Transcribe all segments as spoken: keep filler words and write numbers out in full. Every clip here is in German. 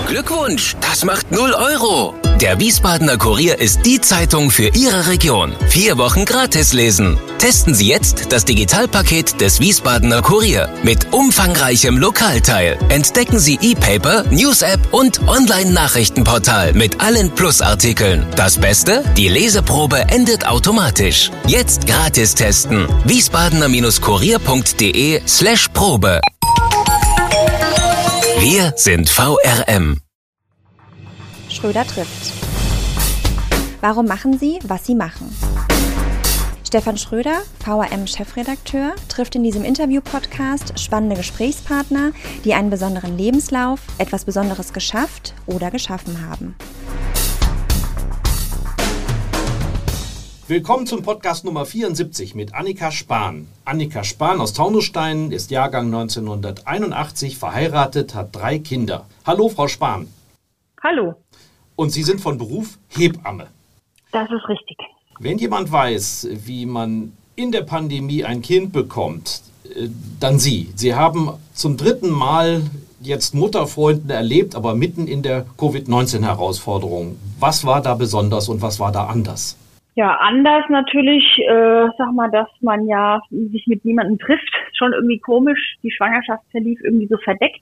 Glückwunsch, das macht null Euro. Der Wiesbadener Kurier ist die Zeitung für Ihre Region. Vier Wochen gratis lesen. Testen Sie jetzt das Digitalpaket des Wiesbadener Kurier mit umfangreichem Lokalteil. Entdecken Sie E-Paper, News-App und Online-Nachrichtenportal mit allen Plus-Artikeln. Das Beste? Die Leseprobe endet automatisch. Jetzt gratis testen. wiesbadener-kurier.de slash Probe. Wir sind V R M. Schröder trifft. Warum machen Sie, was Sie machen? Stefan Schröder, V R M-Chefredakteur, trifft in diesem Interview-Podcast spannende Gesprächspartner, die einen besonderen Lebenslauf, etwas Besonderes geschafft oder geschaffen haben. Willkommen zum Podcast Nummer vierundsiebzig mit Annika Spahn. Annika Spahn aus Taunusstein ist Jahrgang neunzehnhunderteinundachtzig, verheiratet, hat drei Kinder. Hallo, Frau Spahn. Hallo. Und Sie sind von Beruf Hebamme. Das ist richtig. Wenn jemand weiß, wie man in der Pandemie ein Kind bekommt, dann Sie. Sie haben zum dritten Mal jetzt Mutterfreunden erlebt, aber mitten in der Covid neunzehn Herausforderung. Was war da besonders und was war da anders? Ja, anders natürlich, äh, sag mal, dass man ja sich mit niemandem trifft, schon irgendwie komisch. Die Schwangerschaft verlief irgendwie so verdeckt.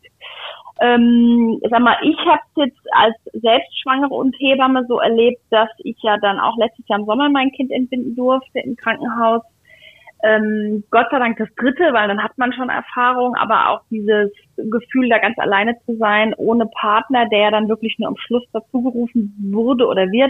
Ähm, sag mal, ich habe es jetzt als Selbstschwangere und Hebamme so erlebt, dass ich ja dann auch letztes Jahr im Sommer mein Kind entbinden durfte im Krankenhaus. Ähm, Gott sei Dank das dritte, weil dann hat man schon Erfahrung, aber auch dieses Gefühl, da ganz alleine zu sein, ohne Partner, der ja dann wirklich nur am Schluss dazugerufen wurde oder wird.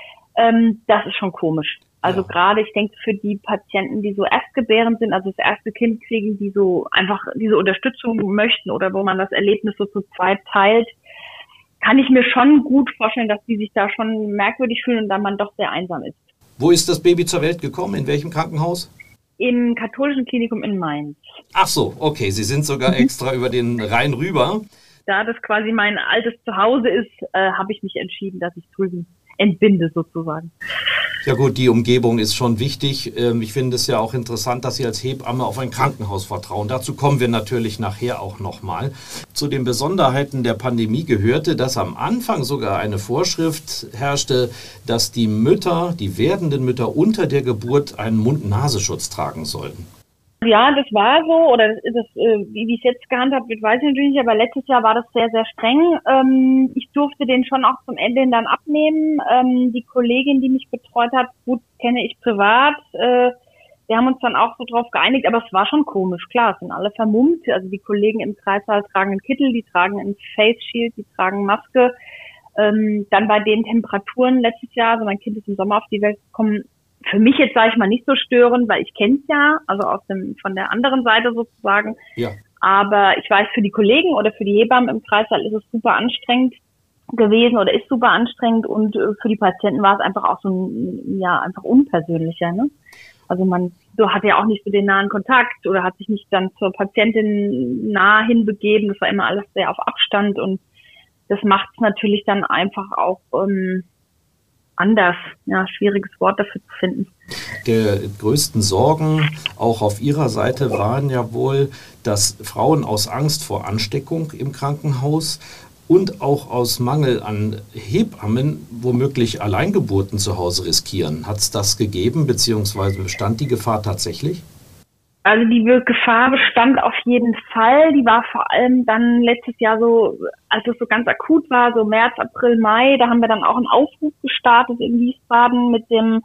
Ähm, das ist schon komisch. Also ja. Gerade, ich denke, für die Patienten, die so erstgebärend sind, also das erste Kind kriegen, die so einfach diese Unterstützung möchten oder wo man das Erlebnis so zu zweit teilt, kann ich mir schon gut vorstellen, dass die sich da schon merkwürdig fühlen und dann man doch sehr einsam ist. Wo ist das Baby zur Welt gekommen? In welchem Krankenhaus? Im katholischen Klinikum in Mainz. Ach so, okay. Sie sind sogar extra über den Rhein rüber. Da das quasi mein altes Zuhause ist, äh, habe ich mich entschieden, dass ich drüben entbinde sozusagen. Ja gut, die Umgebung ist schon wichtig. Ich finde es ja auch interessant, dass Sie als Hebamme auf ein Krankenhaus vertrauen. Dazu kommen wir natürlich nachher auch nochmal. Zu den Besonderheiten der Pandemie gehörte, dass am Anfang sogar eine Vorschrift herrschte, dass die Mütter, die werdenden Mütter unter der Geburt einen Mund-Nasenschutz tragen sollten. Ja, das war so, oder das, das, wie es jetzt gehandhabt wird, weiß ich natürlich nicht, aber letztes Jahr war das sehr, sehr streng. Ähm, ich durfte den schon auch zum Ende hin dann abnehmen. Ähm, die Kollegin, die mich betreut hat, gut, kenne ich privat. Äh, wir haben uns dann auch so drauf geeinigt, aber es war schon komisch. Klar, es sind alle vermummt. Also die Kollegen im Kreissaal tragen einen Kittel, die tragen einen Face Shield, die tragen Maske. Ähm, dann bei den Temperaturen letztes Jahr, also mein Kind ist im Sommer auf die Welt gekommen, für mich jetzt, sage ich mal, nicht so störend, weil ich kenne es ja, also aus dem von der anderen Seite sozusagen. Ja. Aber ich weiß, für die Kollegen oder für die Hebammen im Kreißsaal ist es super anstrengend gewesen oder ist super anstrengend und für die Patienten war es einfach auch so ein, ja, einfach unpersönlicher, ne? Also man so hat ja auch nicht so den nahen Kontakt oder hat sich nicht dann zur Patientin nah hinbegeben. Das war immer alles sehr auf Abstand und das macht es natürlich dann einfach auch ähm, anders, ja, schwieriges Wort dafür zu finden. Der größten Sorgen auch auf Ihrer Seite waren ja wohl, dass Frauen aus Angst vor Ansteckung im Krankenhaus und auch aus Mangel an Hebammen womöglich Alleingeburten zu Hause riskieren. Hat es das gegeben, beziehungsweise bestand die Gefahr tatsächlich? Also die Gefahr bestand auf jeden Fall. Die war vor allem dann letztes Jahr so, als es so ganz akut war, so März, April, Mai, da haben wir dann auch einen Aufruf gestartet in Wiesbaden mit dem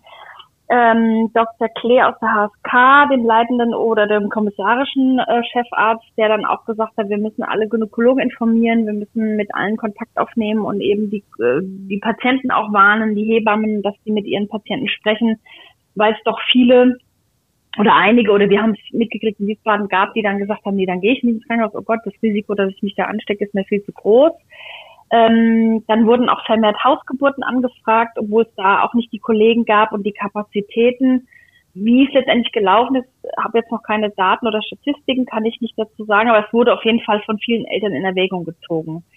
ähm, Doktor Klee aus der H S K, dem leitenden oder dem kommissarischen äh, Chefarzt, der dann auch gesagt hat, wir müssen alle Gynäkologen informieren, wir müssen mit allen Kontakt aufnehmen und eben die, äh, die Patienten auch warnen, die Hebammen, dass sie mit ihren Patienten sprechen, weil es doch viele oder einige, oder wir haben es mitgekriegt, in Wiesbaden gab, die dann gesagt haben, nee, dann gehe ich nicht ins Krankenhaus, oh Gott, das Risiko, dass ich mich da anstecke, ist mir viel zu groß. Ähm, dann wurden auch vermehrt Hausgeburten angefragt, obwohl es da auch nicht die Kollegen gab und die Kapazitäten. Wie es letztendlich gelaufen ist, habe jetzt noch keine Daten oder Statistiken, kann ich nicht dazu sagen, aber es wurde auf jeden Fall von vielen Eltern in Erwägung gezogen.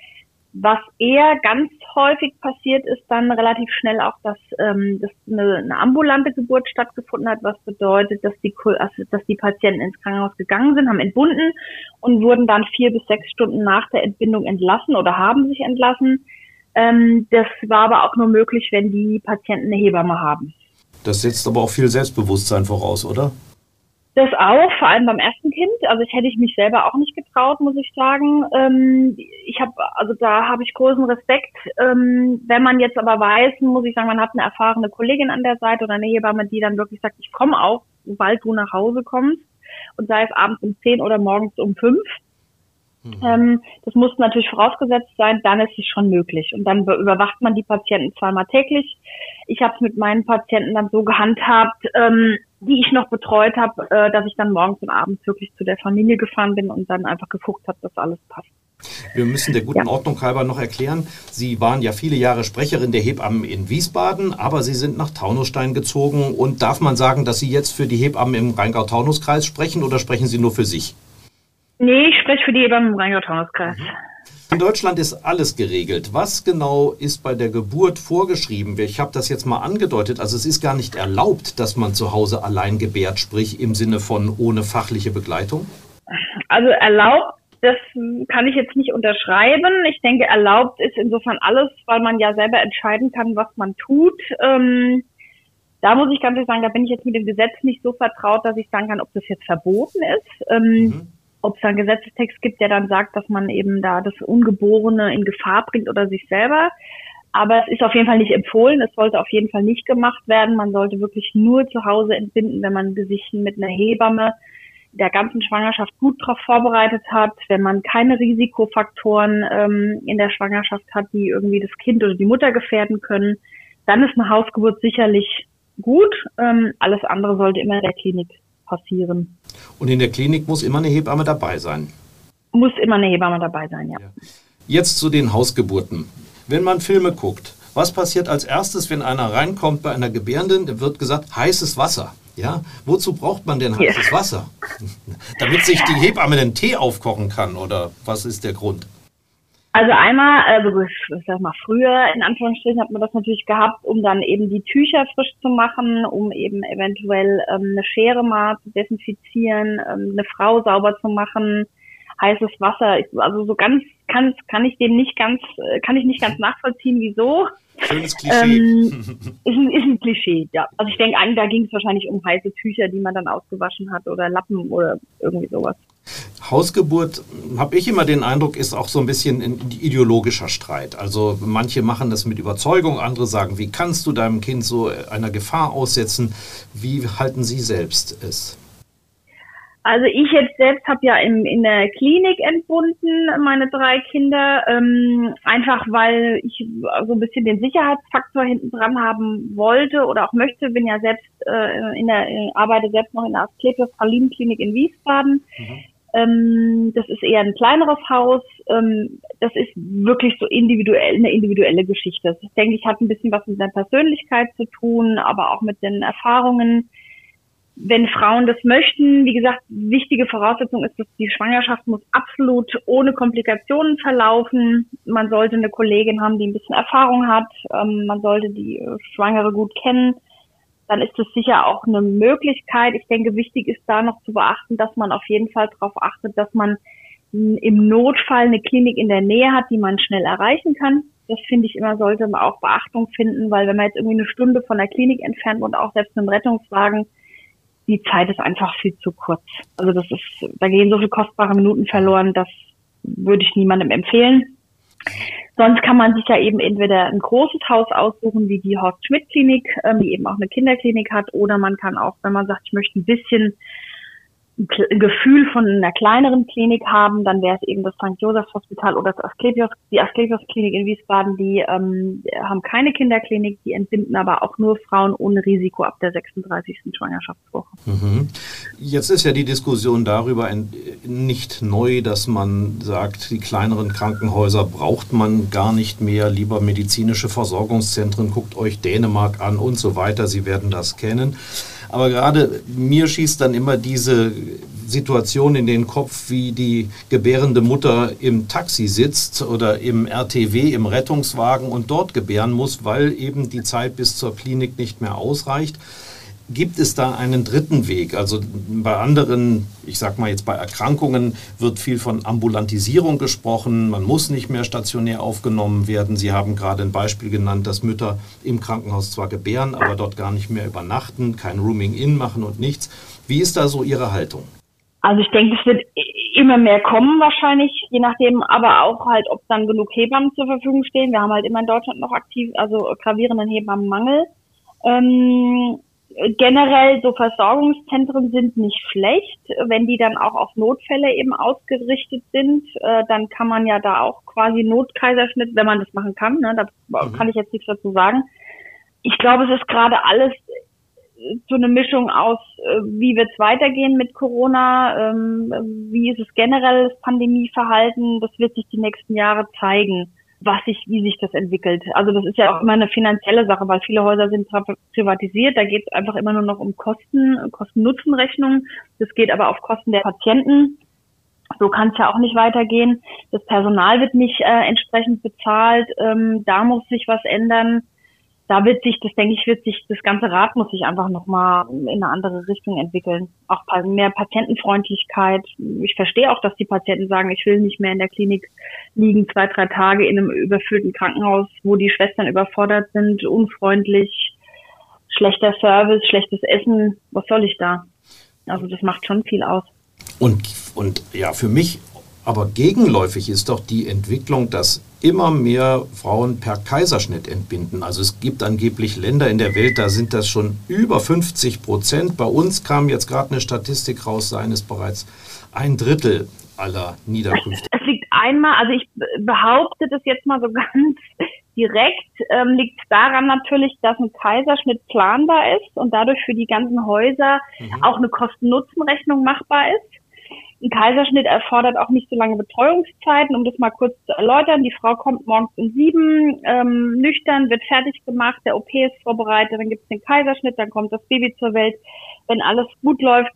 Was eher ganz häufig passiert, ist dann relativ schnell auch, dass, ähm, dass eine, eine ambulante Geburt stattgefunden hat, was bedeutet, dass die, also, dass die Patienten ins Krankenhaus gegangen sind, haben entbunden und wurden dann vier bis sechs Stunden nach der Entbindung entlassen oder haben sich entlassen. Ähm, das war aber auch nur möglich, wenn die Patienten eine Hebamme haben. Das setzt aber auch viel Selbstbewusstsein voraus, oder? Das auch, vor allem beim ersten Kind. Also ich hätte ich mich selber auch nicht getraut, muss ich sagen. Ähm, ich habe, also da habe ich großen Respekt. Ähm, wenn man jetzt aber weiß, muss ich sagen, man hat eine erfahrene Kollegin an der Seite oder eine Hebamme, die dann wirklich sagt, ich komme auch, sobald du nach Hause kommst. Und sei es abends um zehn oder morgens um fünf. Mhm. Ähm, das muss natürlich vorausgesetzt sein, dann ist es schon möglich. Und dann überwacht man die Patienten zweimal täglich. Ich habe es mit meinen Patienten dann so gehandhabt, ähm, die ich noch betreut habe, äh, dass ich dann morgens und abends wirklich zu der Familie gefahren bin und dann einfach geguckt habe, dass alles passt. Wir müssen der guten ja. Ordnung halber noch erklären, Sie waren ja viele Jahre Sprecherin der Hebammen in Wiesbaden, aber Sie sind nach Taunusstein gezogen. Und darf man sagen, dass Sie jetzt für die Hebammen im Rheingau-Taunus-Kreis sprechen oder sprechen Sie nur für sich? Nee, ich spreche für die Hebammen im Rheingau-Taunus-Kreis. In Deutschland ist alles geregelt. Was genau ist bei der Geburt vorgeschrieben? Ich habe das jetzt mal angedeutet. Also es ist gar nicht erlaubt, dass man zu Hause allein gebärt, sprich im Sinne von ohne fachliche Begleitung? Also erlaubt, das kann ich jetzt nicht unterschreiben. Ich denke, erlaubt ist insofern alles, weil man ja selber entscheiden kann, was man tut. Ähm, da muss ich ganz ehrlich sagen, da bin ich jetzt mit dem Gesetz nicht so vertraut, dass ich sagen kann, ob das jetzt verboten ist. Ähm, mhm. Ob es da einen Gesetzestext gibt, der dann sagt, dass man eben da das Ungeborene in Gefahr bringt oder sich selber. Aber es ist auf jeden Fall nicht empfohlen. Es sollte auf jeden Fall nicht gemacht werden. Man sollte wirklich nur zu Hause entbinden, wenn man sich mit einer Hebamme der ganzen Schwangerschaft gut darauf vorbereitet hat, wenn man keine Risikofaktoren ähm, in der Schwangerschaft hat, die irgendwie das Kind oder die Mutter gefährden können. Dann ist eine Hausgeburt sicherlich gut. Ähm, alles andere sollte immer in der Klinik passieren. Und in der Klinik muss immer eine Hebamme dabei sein? Muss immer eine Hebamme dabei sein, ja. ja. Jetzt zu den Hausgeburten. Wenn man Filme guckt, was passiert als erstes, wenn einer reinkommt bei einer Gebärenden? Da wird gesagt, heißes Wasser. Ja? Wozu braucht man denn heißes ja. Wasser? Damit sich die Hebamme den Tee aufkochen kann, oder was ist der Grund? Also einmal, also ich sag mal, früher in Anführungsstrichen hat man das natürlich gehabt, um dann eben die Tücher frisch zu machen, um eben eventuell ähm, eine Schere mal zu desinfizieren, ähm, eine Frau sauber zu machen, heißes Wasser. Also so ganz kann kann ich dem nicht ganz kann ich nicht ganz nachvollziehen, wieso. Schönes Klischee. Ähm, ist, ein, ist ein Klischee, ja. Also ich denke, eigentlich da ging es wahrscheinlich um heiße Tücher, die man dann ausgewaschen hat oder Lappen oder irgendwie sowas. Hausgeburt, habe ich immer den Eindruck, ist auch so ein bisschen ein ideologischer Streit. Also manche machen das mit Überzeugung, andere sagen, wie kannst du deinem Kind so einer Gefahr aussetzen? Wie halten Sie selbst es? Also ich jetzt selbst habe ja in, in der Klinik entbunden, meine drei Kinder, ähm, einfach weil ich so ein bisschen den Sicherheitsfaktor hinten dran haben wollte oder auch möchte. Bin ja selbst äh, in der äh, arbeite selbst noch in der Asklepios-Praline-Klinik in Wiesbaden. Mhm. Ähm, das ist eher ein kleineres Haus. Ähm, das ist wirklich so individuell, eine individuelle Geschichte. Ich denke, ich hat ein bisschen was mit der Persönlichkeit zu tun, aber auch mit den Erfahrungen. Wenn Frauen das möchten, wie gesagt, wichtige Voraussetzung ist, dass die Schwangerschaft muss absolut ohne Komplikationen verlaufen. Man sollte eine Kollegin haben, die ein bisschen Erfahrung hat. Ähm, man sollte die Schwangere gut kennen. Dann ist das sicher auch eine Möglichkeit. Ich denke, wichtig ist da noch zu beachten, dass man auf jeden Fall darauf achtet, dass man im Notfall eine Klinik in der Nähe hat, die man schnell erreichen kann. Das finde ich immer, sollte man auch Beachtung finden, weil wenn man jetzt irgendwie eine Stunde von der Klinik entfernt und auch selbst mit einem Rettungswagen, die Zeit ist einfach viel zu kurz. Also das ist, da gehen so viele kostbare Minuten verloren, das würde ich niemandem empfehlen. Sonst kann man sich ja eben entweder ein großes Haus aussuchen, wie die Horst-Schmidt-Klinik, ähm, die eben auch eine Kinderklinik hat, oder man kann auch, wenn man sagt, ich möchte ein bisschen ein Gefühl von einer kleineren Klinik haben, dann wäre es eben das Sankt Josephs Hospital oder das Asklepios, die Asklepios-Klinik in Wiesbaden, die ähm, haben keine Kinderklinik, die entbinden aber auch nur Frauen ohne Risiko ab der sechsunddreißigsten Schwangerschaftswoche. Mhm. Jetzt ist ja die Diskussion darüber nicht neu, dass man sagt, die kleineren Krankenhäuser braucht man gar nicht mehr, lieber medizinische Versorgungszentren, guckt euch Dänemark an und so weiter, Sie werden das kennen. Aber gerade mir schießt dann immer diese Situationen in den Kopf, wie die gebärende Mutter im Taxi sitzt oder im R T W, im Rettungswagen und dort gebären muss, weil eben die Zeit bis zur Klinik nicht mehr ausreicht. Gibt es da einen dritten Weg? Also bei anderen, ich sag mal jetzt bei Erkrankungen, wird viel von Ambulantisierung gesprochen. Man muss nicht mehr stationär aufgenommen werden. Sie haben gerade ein Beispiel genannt, dass Mütter im Krankenhaus zwar gebären, aber dort gar nicht mehr übernachten, kein Rooming-In machen und nichts. Wie ist da so Ihre Haltung? Also ich denke, es wird immer mehr kommen wahrscheinlich, je nachdem, aber auch halt, ob dann genug Hebammen zur Verfügung stehen. Wir haben halt immer in Deutschland noch aktiv, also gravierenden Hebammenmangel. Ähm, Generell so Versorgungszentren sind nicht schlecht, wenn die dann auch auf Notfälle eben ausgerichtet sind, äh, dann kann man ja da auch quasi Notkaiserschnitt, wenn man das machen kann, ne, da mhm. kann ich jetzt nichts dazu sagen. Ich glaube, es ist gerade alles so eine Mischung aus, äh, wie wird es weitergehen mit Corona, ähm, wie ist es generell das Pandemieverhalten, das wird sich die nächsten Jahre zeigen, was sich, wie sich das entwickelt. Also das ist ja auch immer eine finanzielle Sache, weil viele Häuser sind privatisiert. Da geht es einfach immer nur noch um Kosten, Kosten-Nutzen-Rechnungen. Das geht aber auf Kosten der Patienten. So kann es ja auch nicht weitergehen. Das Personal wird nicht äh, entsprechend bezahlt. Ähm, da muss sich was ändern. Da wird sich, das denke ich, wird sich, das ganze Rad muss sich einfach nochmal in eine andere Richtung entwickeln. Auch mehr Patientenfreundlichkeit. Ich verstehe auch, dass die Patienten sagen, ich will nicht mehr in der Klinik liegen, zwei, drei Tage in einem überfüllten Krankenhaus, wo die Schwestern überfordert sind, unfreundlich, schlechter Service, schlechtes Essen. Was soll ich da? Also das macht schon viel aus. Und, und ja, für mich aber gegenläufig ist doch die Entwicklung, dass immer mehr Frauen per Kaiserschnitt entbinden. Also es gibt angeblich Länder in der Welt, da sind das schon über fünfzig Prozent. Bei uns kam jetzt gerade eine Statistik raus, seien es bereits ein Drittel aller Niederkünfte. Es liegt einmal, also ich behaupte das jetzt mal so ganz direkt, ähm, liegt daran natürlich, dass ein Kaiserschnitt planbar ist und dadurch für die ganzen Häuser mhm. auch eine Kosten-Nutzen-Rechnung machbar ist. Ein Kaiserschnitt erfordert auch nicht so lange Betreuungszeiten, um das mal kurz zu erläutern. Die Frau kommt morgens um sieben, ähm, nüchtern, wird fertig gemacht, der O P ist vorbereitet, dann gibt es den Kaiserschnitt, dann kommt das Baby zur Welt. Wenn alles gut läuft,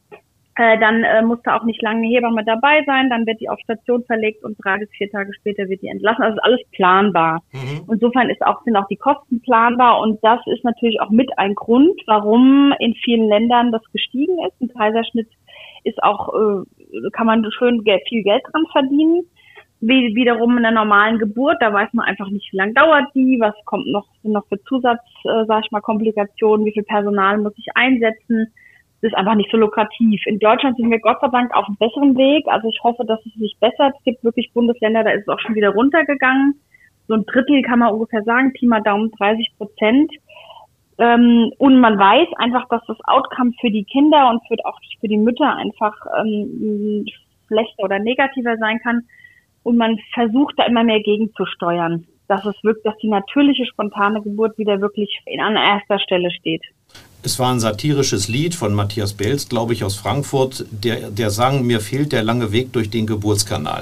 äh, dann äh, muss da auch nicht lange eine Hebamme dabei sein, dann wird die auf Station verlegt und drei bis vier Tage später wird die entlassen. Also ist alles planbar. Mhm. Insofern ist auch, sind auch die Kosten planbar und das ist natürlich auch mit ein Grund, warum in vielen Ländern das gestiegen ist. Ein Kaiserschnitt ist auch, äh, kann man schön viel Geld dran verdienen. Wie wiederum in einer normalen Geburt, da weiß man einfach nicht, wie lange dauert die, was kommt noch, sind noch für Zusatz, äh, sag ich mal, Komplikationen, wie viel Personal muss ich einsetzen. Das ist einfach nicht so lukrativ. In Deutschland sind wir Gott sei Dank auf einem besseren Weg. Also ich hoffe, dass es sich bessert. Es gibt wirklich Bundesländer, da ist es auch schon wieder runtergegangen. So ein Drittel kann man ungefähr sagen, Pi mal Daumen dreißig Prozent. Ähm, und man weiß einfach, dass das Outcome für die Kinder und für, auch für die Mütter einfach ähm, schlechter oder negativer sein kann. Und man versucht da immer mehr gegenzusteuern, dass es wirklich, dass die natürliche, spontane Geburt wieder wirklich an erster Stelle steht. Es war ein satirisches Lied von Matthias Belz, glaube ich, aus Frankfurt, der, der sang, mir fehlt der lange Weg durch den Geburtskanal.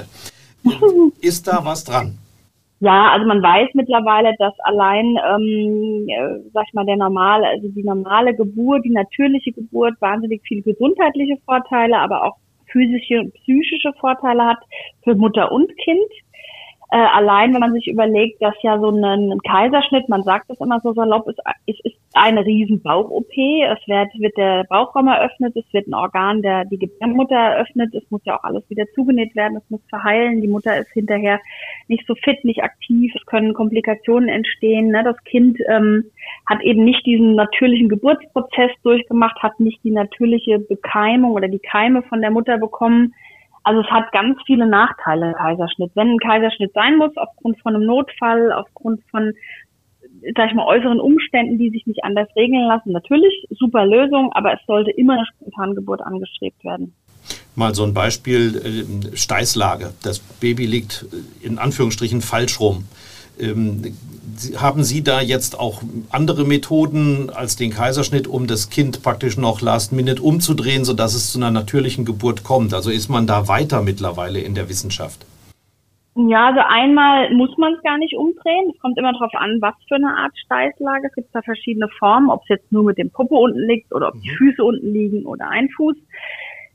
Ist da was dran? Ja, also man weiß mittlerweile, dass allein, ähm, äh, sag ich mal, der normale, also die normale Geburt, die natürliche Geburt wahnsinnig viele gesundheitliche Vorteile, aber auch physische und psychische Vorteile hat für Mutter und Kind. Äh, allein, wenn man sich überlegt, dass ja so ein, ein Kaiserschnitt, man sagt das immer so salopp, ist, ist, ist eine riesen Bauch-O P. Es wird, wird der Bauchraum eröffnet, es wird ein Organ der die Gebärmutter eröffnet, es muss ja auch alles wieder zugenäht werden, es muss verheilen, die Mutter ist hinterher nicht so fit, nicht aktiv, es können Komplikationen entstehen. Ne? Das Kind ähm, hat eben nicht diesen natürlichen Geburtsprozess durchgemacht, hat nicht die natürliche Bekeimung oder die Keime von der Mutter bekommen. Also es hat ganz viele Nachteile, ein Kaiserschnitt. Wenn ein Kaiserschnitt sein muss, aufgrund von einem Notfall, aufgrund von, sag ich mal, äußeren Umständen, die sich nicht anders regeln lassen, natürlich super Lösung, aber es sollte immer eine Spontangeburt angestrebt werden. Mal so ein Beispiel, äh, Steißlage. Das Baby liegt in Anführungsstrichen falsch rum. Ähm, haben Sie da jetzt auch andere Methoden als den Kaiserschnitt, um das Kind praktisch noch last minute umzudrehen, sodass es zu einer natürlichen Geburt kommt? Also ist man da weiter mittlerweile in der Wissenschaft? Ja, also einmal muss man es gar nicht umdrehen. Es kommt immer darauf an, was für eine Art Steißlage. Es gibt da verschiedene Formen, ob es jetzt nur mit dem Popo unten liegt oder ob die Füße unten liegen oder ein Fuß.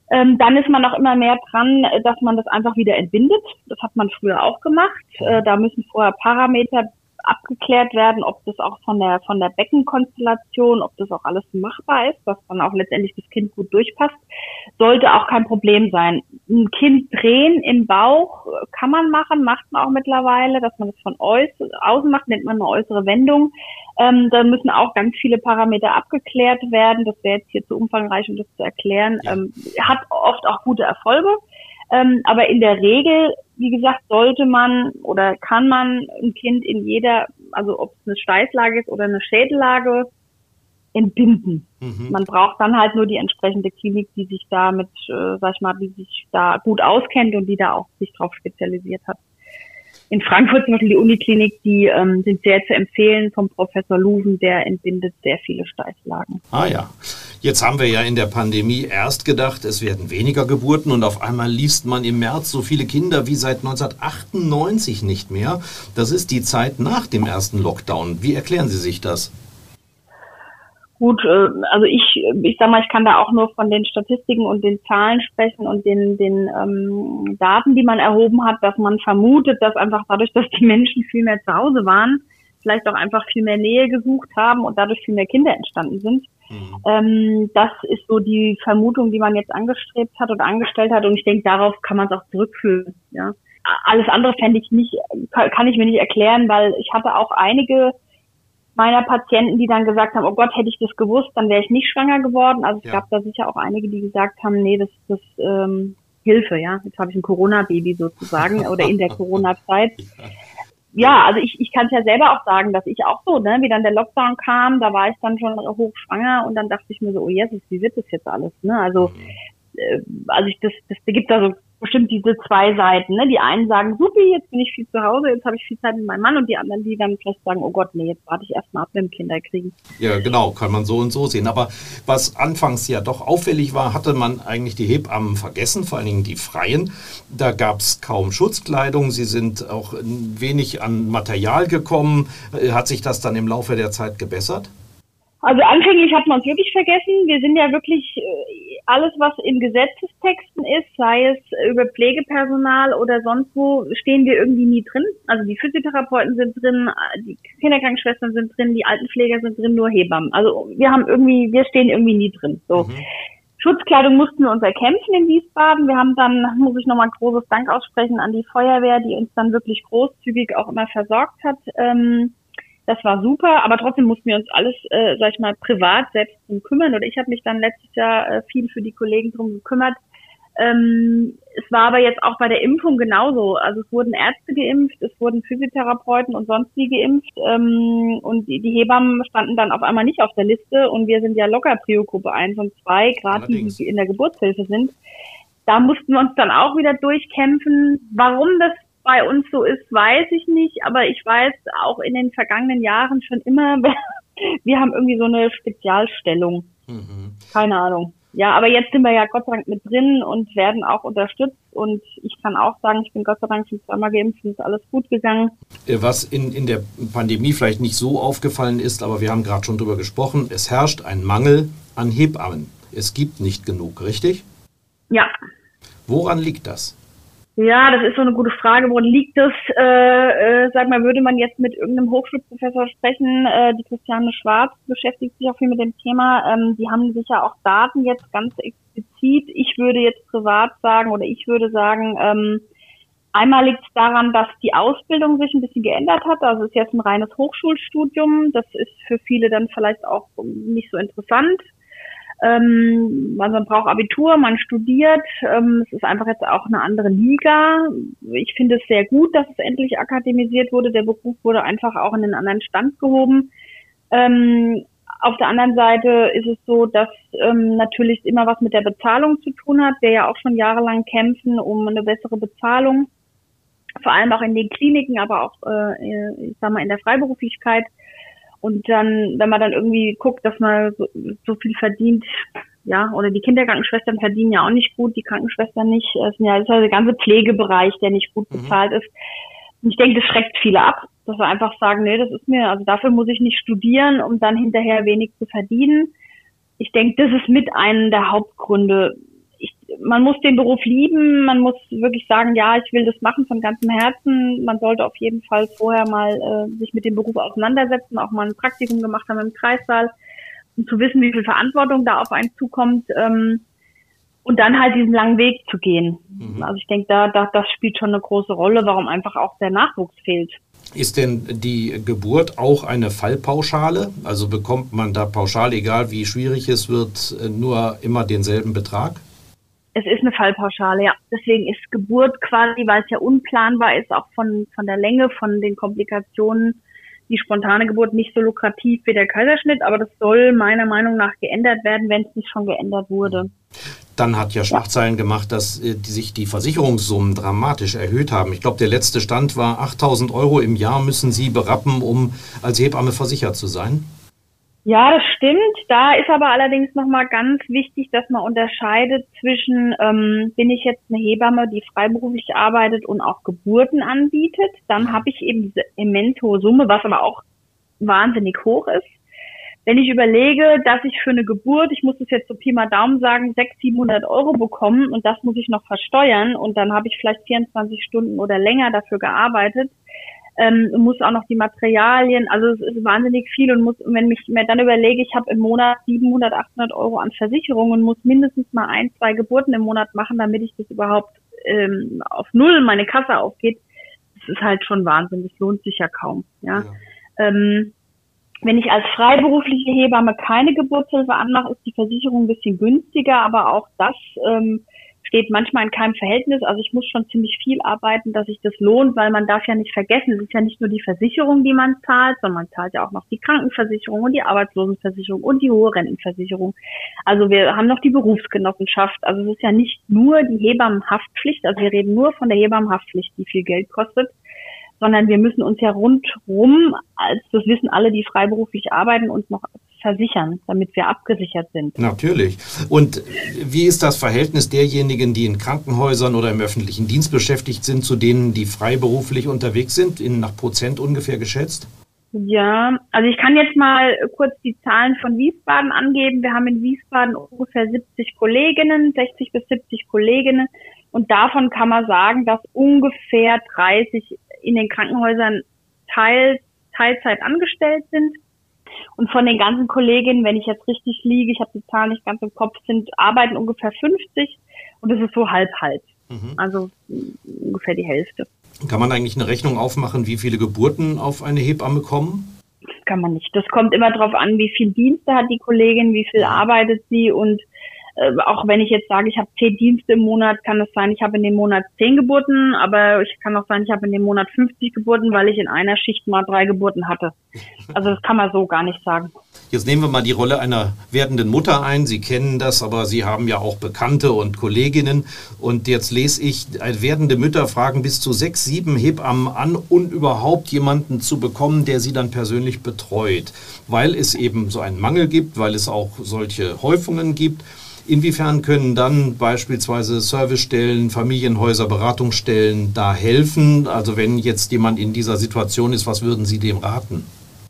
Ähm, dann ist man auch immer mehr dran, dass man das einfach wieder entbindet. Das hat man früher auch gemacht. Äh, da müssen vorher Parameter abgeklärt werden, ob das auch von der von der Beckenkonstellation, ob das auch alles machbar ist, dass dann auch letztendlich das Kind gut durchpasst. Sollte auch kein Problem sein. Ein Kind drehen im Bauch kann man machen, macht man auch mittlerweile, dass man das von außen macht, nennt man eine äußere Wendung. Ähm, da müssen auch ganz viele Parameter abgeklärt werden. Das wäre jetzt hier zu umfangreich, um das zu erklären. Ja. Ähm, hat oft auch gute Erfolge. Ähm, aber in der Regel, wie gesagt, sollte man oder kann man ein Kind in jeder, also ob es eine Steißlage ist oder eine Schädellage, entbinden. Mhm. Man braucht dann halt nur die entsprechende Klinik, die sich da mit, äh, sag ich mal, die sich da gut auskennt und die da auch sich drauf spezialisiert hat. In Frankfurt zum Beispiel die Uniklinik, die ähm, sind sehr zu empfehlen vom Professor Luven, der entbindet sehr viele Steißlagen. Ah ja, jetzt haben wir ja in der Pandemie erst gedacht, es werden weniger Geburten und auf einmal liest man im März so viele Kinder wie seit neunzehnhundertachtundneunzig nicht mehr. Das ist die Zeit nach dem ersten Lockdown. Wie erklären Sie sich das? Gut, also ich, ich sag mal, ich kann da auch nur von den Statistiken und den Zahlen sprechen und den, den ähm, Daten, die man erhoben hat, dass man vermutet, dass einfach dadurch, dass die Menschen viel mehr zu Hause waren, vielleicht auch einfach viel mehr Nähe gesucht haben und dadurch viel mehr Kinder entstanden sind. Mhm. Ähm, das ist so die Vermutung, die man jetzt angestrebt hat oder angestellt hat und ich denke, darauf kann man es auch zurückführen. Ja. Alles andere fände ich nicht, kann ich mir nicht erklären, weil ich hatte auch einige meiner Patienten, die dann gesagt haben, oh Gott, hätte ich das gewusst, dann wäre ich nicht schwanger geworden. Also es ja. gab da sicher auch einige, die gesagt haben, nee, das das ähm, Hilfe, ja. Jetzt habe ich ein Corona-Baby sozusagen oder in der Corona-Zeit. Ja, also ich ich kann es ja selber auch sagen, dass ich auch so, ne, wie dann der Lockdown kam, da war ich dann schon hochschwanger und dann dachte ich mir so, oh Jesus, wie wird das jetzt alles, ne? Also mhm. äh, also ich das das da gibt da so bestimmt diese zwei Seiten, ne? Die einen sagen, supi, jetzt bin ich viel zu Hause, jetzt habe ich viel Zeit mit meinem Mann und die anderen, die dann vielleicht sagen, oh Gott, nee, jetzt warte ich erst mal ab mit dem Kinderkriegen. Ja, genau, kann man so und so sehen. Aber was anfangs ja doch auffällig war, hatte man eigentlich die Hebammen vergessen, vor allen Dingen die Freien. Da gab es kaum Schutzkleidung, sie sind auch wenig an Material gekommen. Hat sich das dann im Laufe der Zeit gebessert? Also anfänglich hat man es wirklich vergessen. Wir sind ja wirklich alles, was in Gesetzestexten ist, sei es über Pflegepersonal oder sonst wo, stehen wir irgendwie nie drin. Also die Physiotherapeuten sind drin, die Kinderkrankenschwestern sind drin, die Altenpfleger sind drin, nur Hebammen. Also wir haben irgendwie, wir stehen irgendwie nie drin. So. Mhm. Schutzkleidung mussten wir uns erkämpfen in Wiesbaden. Wir haben dann, muss ich nochmal ein großes Dank aussprechen an die Feuerwehr, die uns dann wirklich großzügig auch immer versorgt hat. Ähm, Das war super, aber trotzdem mussten wir uns alles, äh, sag ich mal, privat selbst drum kümmern. Oder ich habe mich dann letztes Jahr äh, viel für die Kollegen drum gekümmert. Ähm, es war aber jetzt auch bei der Impfung genauso. Also es wurden Ärzte geimpft, es wurden Physiotherapeuten und sonst wie geimpft. Ähm, und die, die Hebammen standen dann auf einmal nicht auf der Liste. Und wir sind ja locker Prio-Gruppe eins und zwei, gerade die, die in der Geburtshilfe sind. Da mussten wir uns dann auch wieder durchkämpfen. Warum das bei uns so ist, weiß ich nicht, aber ich weiß auch in den vergangenen Jahren schon immer, wir haben irgendwie so eine Spezialstellung. Mhm. Keine Ahnung. Ja, aber jetzt sind wir ja Gott sei Dank mit drin und werden auch unterstützt und ich kann auch sagen, ich bin Gott sei Dank schon zweimal geimpft und ist alles gut gegangen. Was in, in der Pandemie vielleicht nicht so aufgefallen ist, aber wir haben gerade schon drüber gesprochen, es herrscht ein Mangel an Hebammen. Es gibt nicht genug, richtig? Ja. Woran liegt das? Ja, das ist so eine gute Frage. Woran liegt das? Äh, äh, sag mal, würde man jetzt mit irgendeinem Hochschulprofessor sprechen, äh, die Christiane Schwarz beschäftigt sich auch viel mit dem Thema. Ähm, die haben sicher auch Daten jetzt ganz explizit. Ich würde jetzt privat sagen oder ich würde sagen, ähm, einmal liegt es daran, dass die Ausbildung sich ein bisschen geändert hat. Also es ist jetzt ein reines Hochschulstudium. Das ist für viele dann vielleicht auch nicht so interessant. Ähm, also man braucht Abitur, man studiert, ähm, es ist einfach jetzt auch eine andere Liga. Ich finde es sehr gut, dass es endlich akademisiert wurde. Der Beruf wurde einfach auch in einen anderen Stand gehoben. Ähm, auf der anderen Seite ist es so, dass ähm, natürlich immer was mit der Bezahlung zu tun hat. Wir ja auch schon jahrelang kämpfen um eine bessere Bezahlung, vor allem auch in den Kliniken, aber auch, äh, ich sag mal, in der Freiberuflichkeit. Und dann, wenn man dann irgendwie guckt, dass man so, so viel verdient, ja, oder die Kinderkrankenschwestern verdienen ja auch nicht gut, die Krankenschwestern nicht. Es ist ja, das ist ja der ganze Pflegebereich, der nicht gut bezahlt mhm. ist. Und ich denke, das schreckt viele ab, dass wir einfach sagen, nee, das ist mir, also dafür muss ich nicht studieren, um dann hinterher wenig zu verdienen. Ich denke, das ist mit einem der Hauptgründe. Ich, man muss den Beruf lieben, man muss wirklich sagen, ja, ich will das machen von ganzem Herzen. Man sollte auf jeden Fall vorher mal äh, sich mit dem Beruf auseinandersetzen, auch mal ein Praktikum gemacht haben im Kreissaal, um zu wissen, wie viel Verantwortung da auf einen zukommt, ähm, und dann halt diesen langen Weg zu gehen. Mhm. Also ich denke, da, da das spielt schon eine große Rolle, warum einfach auch der Nachwuchs fehlt. Ist denn die Geburt auch eine Fallpauschale? Also bekommt man da pauschal, egal wie schwierig es wird, nur immer denselben Betrag? Es ist eine Fallpauschale, ja. Deswegen ist Geburt quasi, weil es ja unplanbar ist, auch von, von der Länge, von den Komplikationen, die spontane Geburt nicht so lukrativ wie der Kaiserschnitt. Aber das soll meiner Meinung nach geändert werden, wenn es nicht schon geändert wurde. Dann hat ja Schlagzeilen gemacht, dass äh, die, sich die Versicherungssummen dramatisch erhöht haben. Ich glaube, der letzte Stand war achttausend Euro im Jahr müssen Sie berappen, um als Hebamme versichert zu sein. Ja, das stimmt. Da ist aber allerdings nochmal ganz wichtig, dass man unterscheidet zwischen, ähm, bin ich jetzt eine Hebamme, die freiberuflich arbeitet und auch Geburten anbietet. Dann habe ich eben diese immens hohe Summe, was aber auch wahnsinnig hoch ist. Wenn ich überlege, dass ich für eine Geburt, ich muss das jetzt so Pi mal Daumen sagen, sechshundert, siebenhundert Euro bekommen und das muss ich noch versteuern und dann habe ich vielleicht vierundzwanzig Stunden oder länger dafür gearbeitet, ähm, muss auch noch die Materialien, also es ist wahnsinnig viel und muss, wenn ich mir dann überlege, ich habe im Monat siebenhundert, achthundert Euro an Versicherungen und muss mindestens mal ein, zwei Geburten im Monat machen, damit ich das überhaupt ähm, auf Null meine Kasse aufgeht, das ist halt schon Wahnsinn, das lohnt sich ja kaum, ja. ja. Ähm, Wenn ich als freiberufliche Hebamme keine Geburtshilfe anmache, ist die Versicherung ein bisschen günstiger, aber auch das ähm, steht manchmal in keinem Verhältnis. Also ich muss schon ziemlich viel arbeiten, dass sich das lohnt, weil man darf ja nicht vergessen, es ist ja nicht nur die Versicherung, die man zahlt, sondern man zahlt ja auch noch die Krankenversicherung und die Arbeitslosenversicherung und die hohe Rentenversicherung. Also wir haben noch die Berufsgenossenschaft. Also es ist ja nicht nur die Hebammenhaftpflicht, also wir reden nur von der Hebammenhaftpflicht, die viel Geld kostet, sondern wir müssen uns ja rundrum, als das wissen alle, die freiberuflich arbeiten, uns noch versichern, damit wir abgesichert sind. Natürlich. Und wie ist das Verhältnis derjenigen, die in Krankenhäusern oder im öffentlichen Dienst beschäftigt sind, zu denen, die freiberuflich unterwegs sind, in nach Prozent ungefähr geschätzt? Ja, also ich kann jetzt mal kurz die Zahlen von Wiesbaden angeben. Wir haben in Wiesbaden ungefähr siebzig Kolleginnen, sechzig bis siebzig Kolleginnen. Und davon kann man sagen, dass ungefähr dreißig in den Krankenhäusern Teil, Teilzeit angestellt sind. Und von den ganzen Kolleginnen, wenn ich jetzt richtig liege, ich habe die Zahlen nicht ganz im Kopf, sind arbeiten ungefähr fünfzig und das ist so halb-halb. Mhm. Also ungefähr die Hälfte. Kann man eigentlich eine Rechnung aufmachen, wie viele Geburten auf eine Hebamme kommen? Das kann man nicht. Das kommt immer darauf an, wie viel Dienste hat die Kollegin, wie viel arbeitet sie und äh, auch wenn ich jetzt sage, ich habe zehn Dienste im Monat, kann es sein, ich habe in dem Monat zehn Geburten, aber ich kann auch sein, ich habe in dem Monat fünfzig Geburten, weil ich in einer Schicht mal drei Geburten hatte. Also das kann man so gar nicht sagen. Jetzt nehmen wir mal die Rolle einer werdenden Mutter ein. Sie kennen das, aber Sie haben ja auch Bekannte und Kolleginnen. Und jetzt lese ich, werdende Mütter fragen bis zu sechs, sieben Hebammen an, um überhaupt jemanden zu bekommen, der sie dann persönlich betreut. Weil es eben so einen Mangel gibt, weil es auch solche Häufungen gibt. Inwiefern können dann beispielsweise Servicestellen, Familienhäuser, Beratungsstellen da helfen? Also wenn jetzt jemand in dieser Situation ist, was würden Sie dem raten?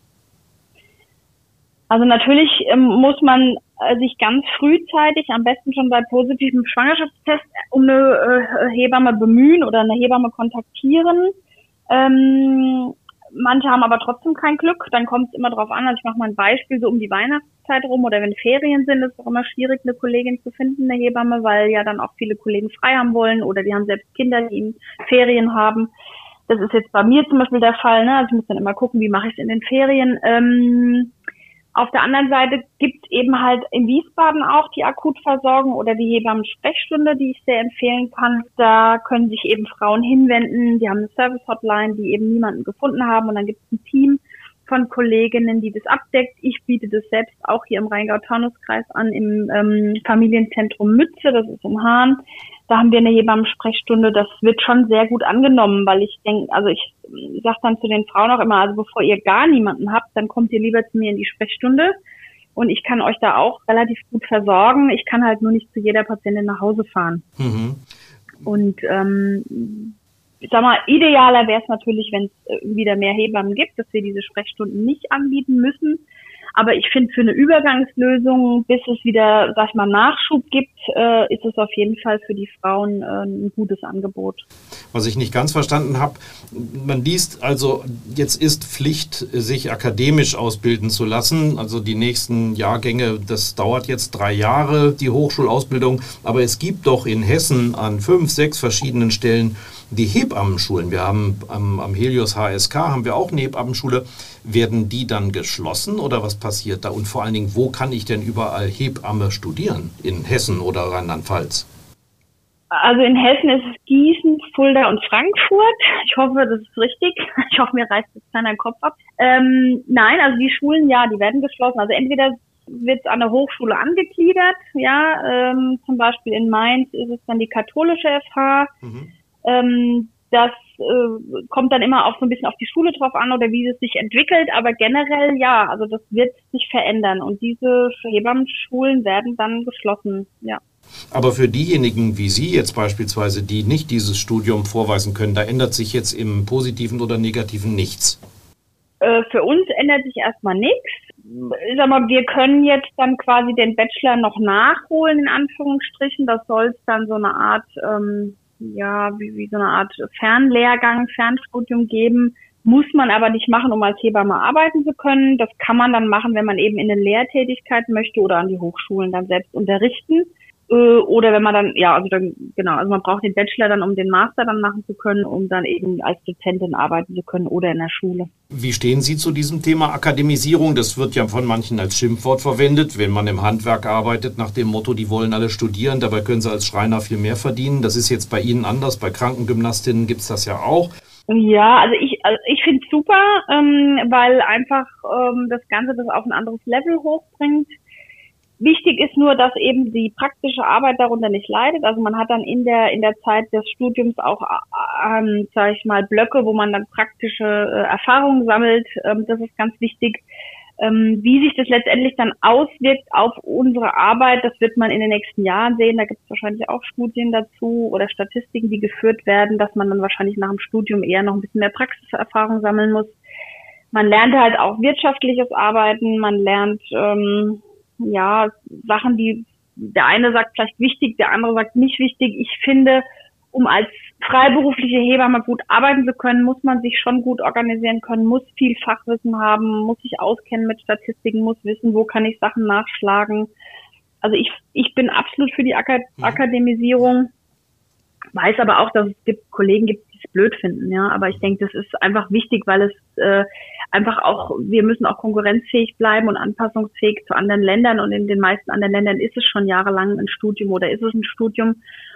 Also natürlich ähm, muss man äh, sich ganz frühzeitig, am besten schon bei positivem Schwangerschaftstest, um eine äh, Hebamme bemühen oder eine Hebamme kontaktieren. Ähm, manche haben aber trotzdem kein Glück, dann kommt es immer drauf an. Also ich mache mal ein Beispiel, so um die Weihnachtszeit rum oder wenn Ferien sind, ist es auch immer schwierig, eine Kollegin zu finden, eine Hebamme, weil ja dann auch viele Kollegen frei haben wollen oder die haben selbst Kinder, die in Ferien haben. Das ist jetzt bei mir zum Beispiel der Fall, ne? Also ich muss dann immer gucken, wie mache ich es in den Ferien. Ähm, Auf der anderen Seite gibt es eben halt in Wiesbaden auch die Akutversorgung oder die Hebammen-Sprechstunde, die ich sehr empfehlen kann. Da können sich eben Frauen hinwenden, die haben eine Service-Hotline, die eben niemanden gefunden haben und dann gibt es ein Team von Kolleginnen, die das abdeckt. Ich biete das selbst auch hier im Rheingau-Taunus-Kreis an, im ähm, Familienzentrum Mütze, das ist in Hahn. Da haben wir eine Hebammen-Sprechstunde, das wird schon sehr gut angenommen, weil ich denke, also ich sage dann zu den Frauen auch immer, also bevor ihr gar niemanden habt, dann kommt ihr lieber zu mir in die Sprechstunde und ich kann euch da auch relativ gut versorgen. Ich kann halt nur nicht zu jeder Patientin nach Hause fahren. Mhm. Und ähm, ich sag mal, idealer wäre es natürlich, wenn es wieder mehr Hebammen gibt, dass wir diese Sprechstunden nicht anbieten müssen. Aber ich finde, für eine Übergangslösung, bis es wieder, sag ich mal, Nachschub gibt, äh, ist es auf jeden Fall für die Frauen äh, ein gutes Angebot. Was ich nicht ganz verstanden habe, man liest also, jetzt ist Pflicht, sich akademisch ausbilden zu lassen. Also die nächsten Jahrgänge, das dauert jetzt drei Jahre, die Hochschulausbildung. Aber es gibt doch in Hessen an fünf, sechs verschiedenen Stellen die Hebammenschulen. Wir haben am, am Helios H S K haben wir auch eine Hebammenschule. Werden die dann geschlossen oder was passiert da? Und vor allen Dingen, wo kann ich denn überall Hebamme studieren? In Hessen oder Rheinland-Pfalz? Also in Hessen ist es Gießen, Fulda und Frankfurt. Ich hoffe, das ist richtig. Ich hoffe, mir reißt jetzt keiner den Kopf ab. Ähm, nein, also die Schulen, ja, die werden geschlossen. Also entweder wird es an der Hochschule angegliedert, ja, ähm, zum Beispiel in Mainz ist es dann die katholische F H. Mhm. Ähm, das äh, kommt dann immer auch so ein bisschen auf die Schule drauf an oder wie es sich entwickelt, aber generell ja, also das wird sich verändern und diese Hebammenschulen werden dann geschlossen, ja. Aber für diejenigen wie Sie jetzt beispielsweise, die nicht dieses Studium vorweisen können, da ändert sich jetzt im Positiven oder Negativen nichts? Äh, für uns ändert sich erstmal nichts. Ich sag mal, wir können jetzt dann quasi den Bachelor noch nachholen, in Anführungsstrichen. Das soll es dann so eine Art, ähm, ja, wie, wie so eine Art Fernlehrgang, Fernstudium geben. Muss man aber nicht machen, um als Hebamme arbeiten zu können. Das kann man dann machen, wenn man eben in eine Lehrtätigkeit möchte oder an die Hochschulen dann selbst unterrichten. Oder wenn man dann, ja, also dann, genau, also man braucht den Bachelor dann, um den Master dann machen zu können, um dann eben als Dozentin arbeiten zu können oder in der Schule. Wie stehen Sie zu diesem Thema Akademisierung? Das wird ja von manchen als Schimpfwort verwendet, wenn man im Handwerk arbeitet, nach dem Motto, die wollen alle studieren, dabei können sie als Schreiner viel mehr verdienen. Das ist jetzt bei Ihnen anders, bei Krankengymnastinnen gibt's das ja auch. Ja, also ich, also ich finde es super, ähm, weil einfach ähm, das Ganze das auf ein anderes Level hochbringt. Wichtig ist nur, dass eben die praktische Arbeit darunter nicht leidet. Also man hat dann in der in der Zeit des Studiums auch, ähm, sage ich mal, Blöcke, wo man dann praktische äh, Erfahrungen sammelt. Ähm, das ist ganz wichtig. Ähm, wie sich das letztendlich dann auswirkt auf unsere Arbeit, das wird man in den nächsten Jahren sehen. Da gibt es wahrscheinlich auch Studien dazu oder Statistiken, die geführt werden, dass man dann wahrscheinlich nach dem Studium eher noch ein bisschen mehr Praxiserfahrung sammeln muss. Man lernt halt auch wirtschaftliches Arbeiten, man lernt ähm, ja, Sachen, die der eine sagt vielleicht wichtig, der andere sagt nicht wichtig. Ich finde, um als freiberufliche Hebamme gut arbeiten zu können, muss man sich schon gut organisieren können, muss viel Fachwissen haben, muss sich auskennen mit Statistiken, muss wissen, wo kann ich Sachen nachschlagen. Also ich ich bin absolut für die Ak- Akademisierung, weiß aber auch, dass es gibt Kollegen gibt, die es blöd finden, ja. Aber ich denke, das ist einfach wichtig, weil es äh, einfach auch, wir müssen auch konkurrenzfähig bleiben und anpassungsfähig zu anderen Ländern und in den meisten anderen Ländern ist es schon jahrelang ein Studium oder ist es ein Studium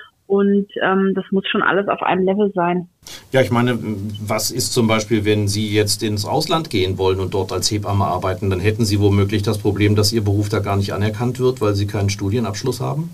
und ähm, das muss schon alles auf einem Level sein. Ja, ich meine, was ist zum Beispiel, wenn Sie jetzt ins Ausland gehen wollen und dort als Hebamme arbeiten, dann hätten Sie womöglich das Problem, dass Ihr Beruf da gar nicht anerkannt wird, weil Sie keinen Studienabschluss haben?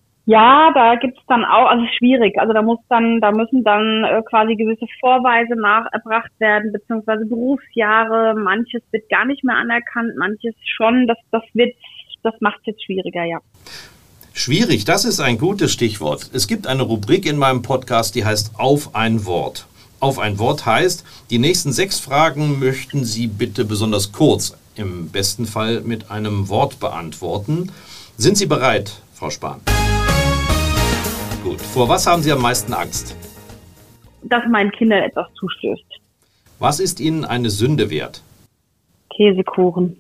Ja, da gibt's dann auch, also schwierig. Also da muss dann, da müssen dann äh, quasi gewisse Vorweise nacherbracht werden, beziehungsweise Berufsjahre. Manches wird gar nicht mehr anerkannt, manches schon. Das, das wird, das macht es jetzt schwieriger, ja. Schwierig, das ist ein gutes Stichwort. Es gibt eine Rubrik in meinem Podcast, die heißt Auf ein Wort. Auf ein Wort heißt, die nächsten sechs Fragen möchten Sie bitte besonders kurz, im besten Fall mit einem Wort beantworten. Sind Sie bereit, Frau Spahn? Gut. Vor was haben Sie am meisten Angst? Dass meinen Kindern etwas zustößt. Was ist Ihnen eine Sünde wert? Käsekuchen.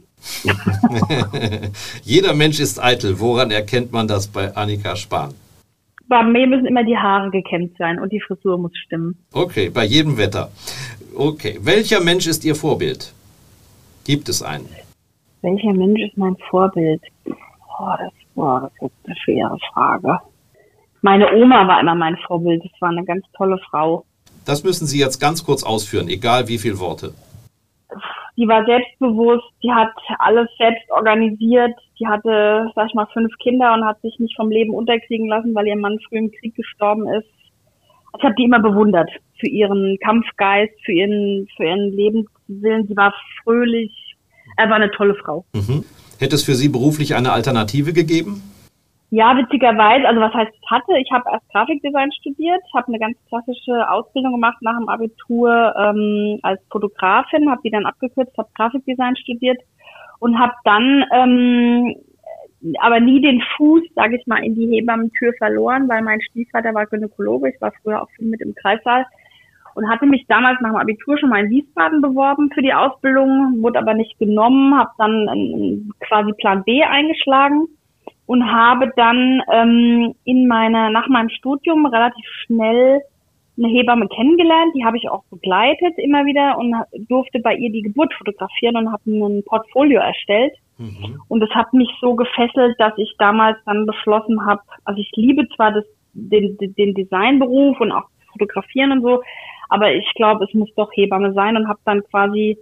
Jeder Mensch ist eitel. Woran erkennt man das bei Annika Spahn? Bei mir müssen immer die Haare gekämmt sein und die Frisur muss stimmen. Okay, bei jedem Wetter. Okay. Welcher Mensch ist Ihr Vorbild? Gibt es einen? Welcher Mensch ist mein Vorbild? Oh, das, oh, das ist eine schwere Frage. Meine Oma war immer mein Vorbild. Das war eine ganz tolle Frau. Das müssen Sie jetzt ganz kurz ausführen, egal wie viele Worte. Die war selbstbewusst, die hat alles selbst organisiert. Die hatte, sag ich mal, fünf Kinder und hat sich nicht vom Leben unterkriegen lassen, weil ihr Mann früh im Krieg gestorben ist. Ich habe die immer bewundert für ihren Kampfgeist, für ihren, für ihren Lebenswillen. Sie war fröhlich. Er war eine tolle Frau. Mhm. Hätte es für Sie beruflich eine Alternative gegeben? Ja, witzigerweise, also was heißt hatte, ich habe erst Grafikdesign studiert, habe eine ganz klassische Ausbildung gemacht nach dem Abitur ähm, als Fotografin, habe die dann abgekürzt, habe Grafikdesign studiert und habe dann ähm, aber nie den Fuß, sage ich mal, in die Hebammentür verloren, weil mein Stiefvater war Gynäkologe, ich war früher auch viel mit im Kreissaal und hatte mich damals nach dem Abitur schon mal in Wiesbaden beworben für die Ausbildung, wurde aber nicht genommen, habe dann ähm, quasi Plan B eingeschlagen und habe dann ähm, in meiner nach meinem Studium relativ schnell eine Hebamme kennengelernt, die habe ich auch begleitet immer wieder und durfte bei ihr die Geburt fotografieren und habe ein Portfolio erstellt. Mhm. Und das hat mich so gefesselt, dass ich damals dann beschlossen habe, also ich liebe zwar das, den, den Designberuf und auch Fotografieren und so, aber ich glaube, es muss doch Hebamme sein und habe dann quasi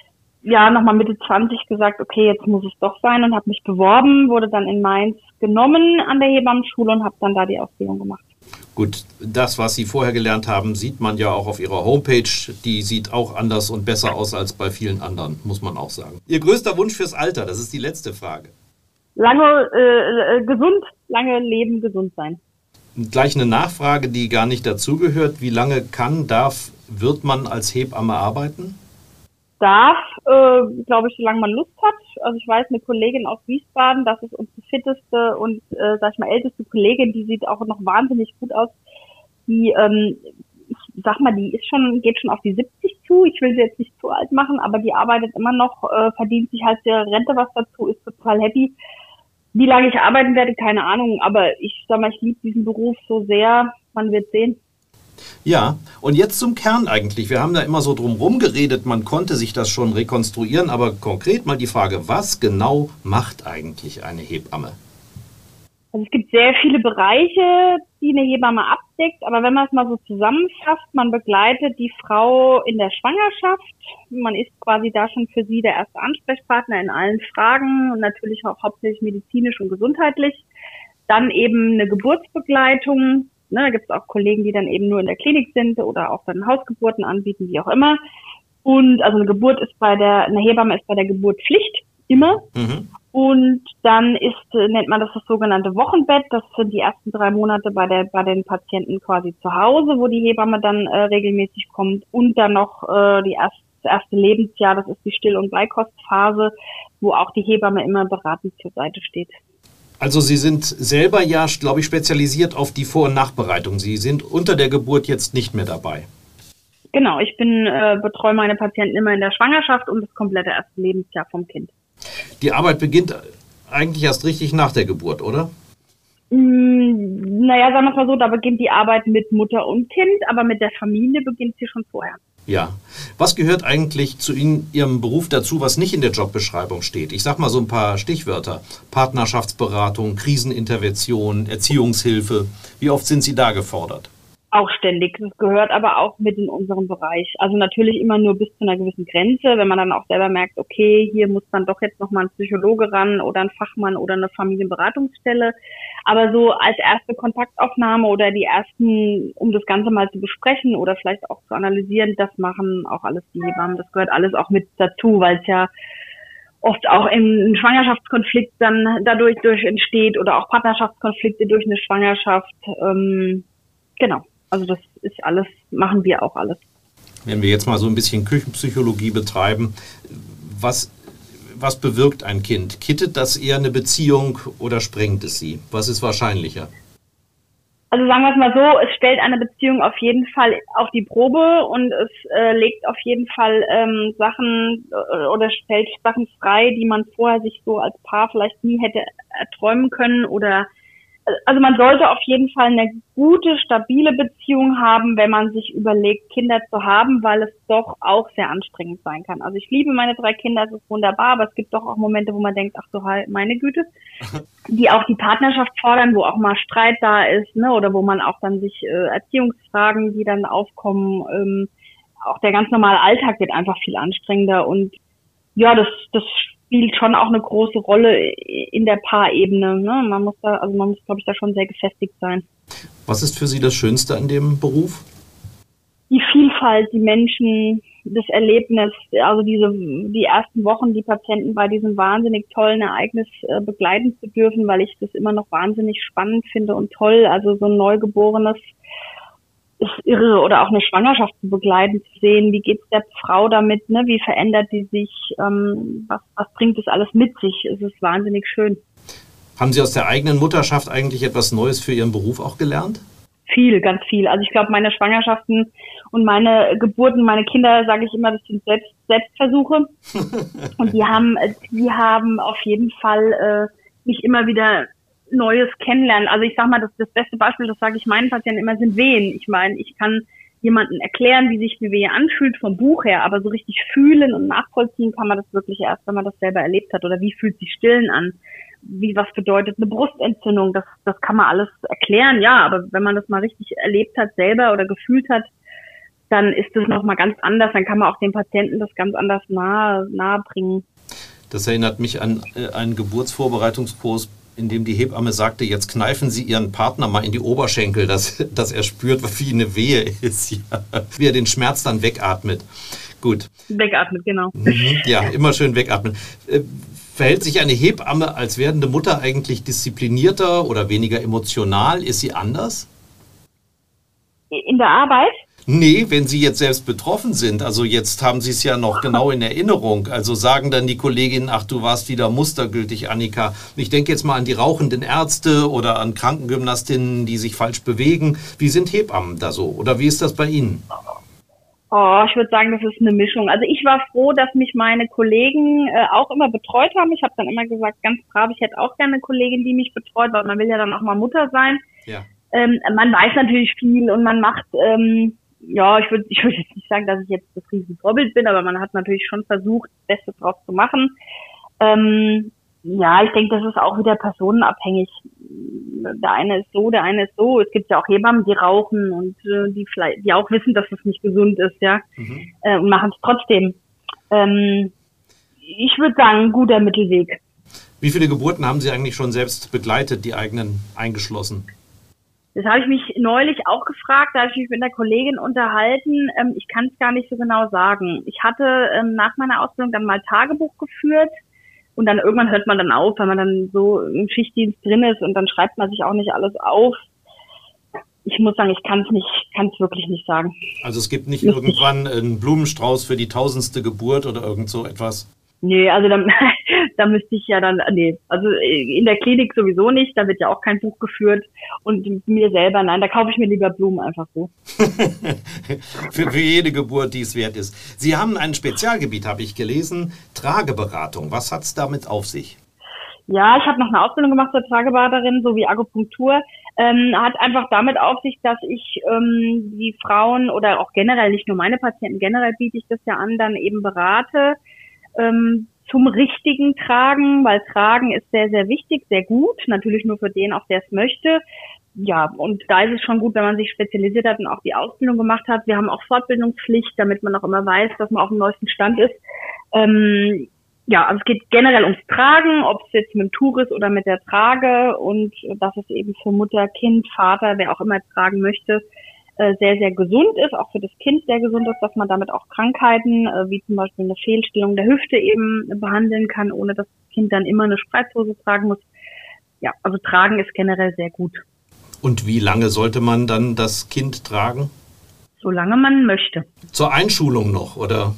ja nochmal Mitte zwanzig gesagt, okay, jetzt muss es doch sein und habe mich beworben, wurde dann in Mainz genommen an der Hebammenschule und habe dann da die Ausbildung gemacht. Gut, das, was Sie vorher gelernt haben, sieht man ja auch auf Ihrer Homepage. Die sieht auch anders und besser aus als bei vielen anderen, muss man auch sagen. Ihr größter Wunsch fürs Alter, das ist die letzte Frage. Lange äh, gesund, lange leben, gesund sein. Und gleich eine Nachfrage, die gar nicht dazugehört. Wie lange kann, darf, wird man als Hebamme arbeiten? Darf, äh, glaube ich, solange man Lust hat. Also ich weiß, eine Kollegin aus Wiesbaden, das ist unsere fitteste und, äh, sag ich mal, älteste Kollegin, die sieht auch noch wahnsinnig gut aus. Die, ähm, ich sag mal, die ist schon, geht schon auf die siebzig zu. Ich will sie jetzt nicht zu alt machen, aber die arbeitet immer noch, äh, verdient sich halt ihre Rente was dazu, ist total happy. Wie lange ich arbeiten werde, keine Ahnung, aber ich sag mal, ich liebe diesen Beruf so sehr, man wird sehen. Ja, und jetzt zum Kern eigentlich. Wir haben da immer so drum herum geredet, man konnte sich das schon rekonstruieren, aber konkret mal die Frage, was genau macht eigentlich eine Hebamme? Also es gibt sehr viele Bereiche, die eine Hebamme abdeckt, aber wenn man es mal so zusammenfasst, man begleitet die Frau in der Schwangerschaft, man ist quasi da schon für sie der erste Ansprechpartner in allen Fragen und natürlich auch hauptsächlich medizinisch und gesundheitlich. Dann eben eine Geburtsbegleitung. Ne, da gibt es auch Kollegen, die dann eben nur in der Klinik sind oder auch dann Hausgeburten anbieten, wie auch immer. Und also eine Geburt ist bei der, eine Hebamme ist bei der Geburt Pflicht, immer. Mhm. Und dann ist, nennt man das das sogenannte Wochenbett. Das sind die ersten drei Monate bei der, bei den Patienten quasi zu Hause, wo die Hebamme dann äh, regelmäßig kommt. Und dann noch äh, die erste, das erste Lebensjahr, das ist die Still- und Beikostphase, wo auch die Hebamme immer beratend zur Seite steht. Also Sie sind selber ja, glaube ich, spezialisiert auf die Vor- und Nachbereitung. Sie sind unter der Geburt jetzt nicht mehr dabei. Genau, ich bin äh, betreue meine Patienten immer in der Schwangerschaft und das komplette erste Lebensjahr vom Kind. Die Arbeit beginnt eigentlich erst richtig nach der Geburt, oder? Mm, naja, sagen wir es mal so, da beginnt die Arbeit mit Mutter und Kind, aber mit der Familie beginnt sie schon vorher. Ja. Was gehört eigentlich zu Ihnen, Ihrem Beruf dazu, was nicht in der Jobbeschreibung steht? Ich sag mal so ein paar Stichwörter. Partnerschaftsberatung, Krisenintervention, Erziehungshilfe. Wie oft sind Sie da gefordert? Auch ständig. Das gehört aber auch mit in unseren Bereich. Also natürlich immer nur bis zu einer gewissen Grenze, wenn man dann auch selber merkt, okay, hier muss dann doch jetzt nochmal ein Psychologe ran oder ein Fachmann oder eine Familienberatungsstelle. Aber so als erste Kontaktaufnahme oder die ersten, um das Ganze mal zu besprechen oder vielleicht auch zu analysieren, das machen auch alles die Hebammen. Das gehört alles auch mit dazu, weil es ja oft auch ein Schwangerschaftskonflikt dann dadurch durch entsteht oder auch Partnerschaftskonflikte durch eine Schwangerschaft. Ähm, genau. Also das ist alles, machen wir auch alles. Wenn wir jetzt mal so ein bisschen Küchenpsychologie betreiben, was, was bewirkt ein Kind? Kittet das eher eine Beziehung oder sprengt es sie? Was ist wahrscheinlicher? Also sagen wir es mal so, es stellt eine Beziehung auf jeden Fall auf die Probe und es äh, legt auf jeden Fall ähm, Sachen äh, oder stellt Sachen frei, die man vorher sich so als Paar vielleicht nie hätte erträumen können oder also man sollte auf jeden Fall eine gute, stabile Beziehung haben, wenn man sich überlegt, Kinder zu haben, weil es doch auch sehr anstrengend sein kann. Also ich liebe meine drei Kinder, es ist wunderbar, aber es gibt doch auch Momente, wo man denkt, ach so, meine Güte, die auch die Partnerschaft fordern, wo auch mal Streit da ist, ne, oder wo man auch dann sich äh, Erziehungsfragen, die dann aufkommen, ähm, auch der ganz normale Alltag wird einfach viel anstrengender und ja, das das spielt schon auch eine große Rolle in der Paarebene. Ne? Man muss da, also man muss, glaube ich, da schon sehr gefestigt sein. Was ist für Sie das Schönste an dem Beruf? Die Vielfalt, die Menschen, das Erlebnis, also diese die ersten Wochen, die Patienten bei diesem wahnsinnig tollen Ereignis äh, begleiten zu dürfen, weil ich das immer noch wahnsinnig spannend finde und toll. Also so ein Neugeborenes ist irre, oder auch eine Schwangerschaft zu begleiten, zu sehen, wie geht's der Frau damit, ne? Wie verändert die sich, ähm, was, was bringt das alles mit sich? Es ist wahnsinnig schön. Haben Sie aus der eigenen Mutterschaft eigentlich etwas Neues für Ihren Beruf auch gelernt? Viel, ganz viel. Also ich glaube, meine Schwangerschaften und meine Geburten, meine Kinder, sage ich immer, das sind Selbst, Selbstversuche. Und die haben, die haben auf jeden Fall äh, mich immer wieder Neues kennenlernen. Also ich sag mal, das, das beste Beispiel, das sage ich meinen Patienten immer, sind Wehen. Ich meine, ich kann jemandem erklären, wie sich eine Wehe anfühlt vom Buch her, aber so richtig fühlen und nachvollziehen kann man das wirklich erst, wenn man das selber erlebt hat. Oder wie fühlt sich Stillen an? Wie, was bedeutet eine Brustentzündung? Das, das kann man alles erklären, ja, aber wenn man das mal richtig erlebt hat selber oder gefühlt hat, dann ist das nochmal ganz anders. Dann kann man auch dem Patienten das ganz anders nahe, nahe bringen. Das erinnert mich an äh, einen Geburtsvorbereitungskurs, in dem die Hebamme sagte, jetzt kneifen Sie Ihren Partner mal in die Oberschenkel, dass, dass er spürt, wie eine Wehe ist, ja. Wie er den Schmerz dann wegatmet. Gut. Wegatmet, genau. Mhm, ja, immer schön wegatmen. Äh, verhält sich eine Hebamme als werdende Mutter eigentlich disziplinierter oder weniger emotional? Ist sie anders? In der Arbeit? Nee, wenn Sie jetzt selbst betroffen sind, also jetzt haben Sie es ja noch genau in Erinnerung, also sagen dann die Kolleginnen, ach, du warst wieder mustergültig, Annika. Ich denke jetzt mal an die rauchenden Ärzte oder an Krankengymnastinnen, die sich falsch bewegen. Wie sind Hebammen da so? Oder wie ist das bei Ihnen? Oh, ich würde sagen, das ist eine Mischung. Also ich war froh, dass mich meine Kollegen äh, auch immer betreut haben. Ich habe dann immer gesagt, ganz brav, ich hätte auch gerne eine Kollegin, die mich betreut, weil man will ja dann auch mal Mutter sein. Ja. Ähm, man weiß natürlich viel und man macht... Ähm, Ja, ich würde ich würde jetzt nicht sagen, dass ich jetzt das riesen Vorbild bin, aber man hat natürlich schon versucht, das Beste draus zu machen. Ähm, ja, ich denke, das ist auch wieder personenabhängig. Der eine ist so, der eine ist so. Es gibt ja auch Hebammen, die rauchen und äh, die vielleicht, die auch wissen, dass es nicht gesund ist, ja, mhm. äh, und machen es trotzdem. Ähm, ich würde sagen, ein guter Mittelweg. Wie viele Geburten haben Sie eigentlich schon selbst begleitet, die eigenen eingeschlossen? Das habe ich mich neulich auch gefragt, da habe ich mich mit einer Kollegin unterhalten. Ähm, ich kann es gar nicht so genau sagen. Ich hatte ähm, nach meiner Ausbildung dann mal Tagebuch geführt und dann irgendwann hört man dann auf, wenn man dann so im Schichtdienst drin ist und dann schreibt man sich auch nicht alles auf. Ich muss sagen, ich kann es nicht, kann es wirklich nicht sagen. Also es gibt nicht irgendwann einen Blumenstrauß für die tausendste Geburt oder irgend so etwas? Nee, also da, da müsste ich ja dann, nee, also in der Klinik sowieso nicht, da wird ja auch kein Buch geführt und mir selber, nein, da kaufe ich mir lieber Blumen einfach so. für, für jede Geburt, die es wert ist. Sie haben ein Spezialgebiet, habe ich gelesen, Trageberatung. Was hat es damit auf sich? Ja, ich habe noch eine Ausbildung gemacht zur Trageberaterin sowie Akupunktur. Ähm, hat einfach damit auf sich, dass ich ähm, die Frauen oder auch generell, nicht nur meine Patienten, generell biete ich das ja an, dann eben berate, Ähm, zum richtigen Tragen, weil Tragen ist sehr, sehr wichtig, sehr gut, natürlich nur für den, auch der es möchte. Ja, und da ist es schon gut, wenn man sich spezialisiert hat und auch die Ausbildung gemacht hat. Wir haben auch Fortbildungspflicht, damit man auch immer weiß, dass man auf dem neuesten Stand ist. Ähm, ja, also es geht generell ums Tragen, ob es jetzt mit dem Tuch ist oder mit der Trage, und dass es eben für Mutter, Kind, Vater, wer auch immer tragen möchte, sehr, sehr gesund ist, auch für das Kind sehr gesund ist, dass man damit auch Krankheiten, wie zum Beispiel eine Fehlstellung der Hüfte eben behandeln kann, ohne dass das Kind dann immer eine Spreizhose tragen muss. Ja, also tragen ist generell sehr gut. Und wie lange sollte man dann das Kind tragen? Solange man möchte. Zur Einschulung noch, oder?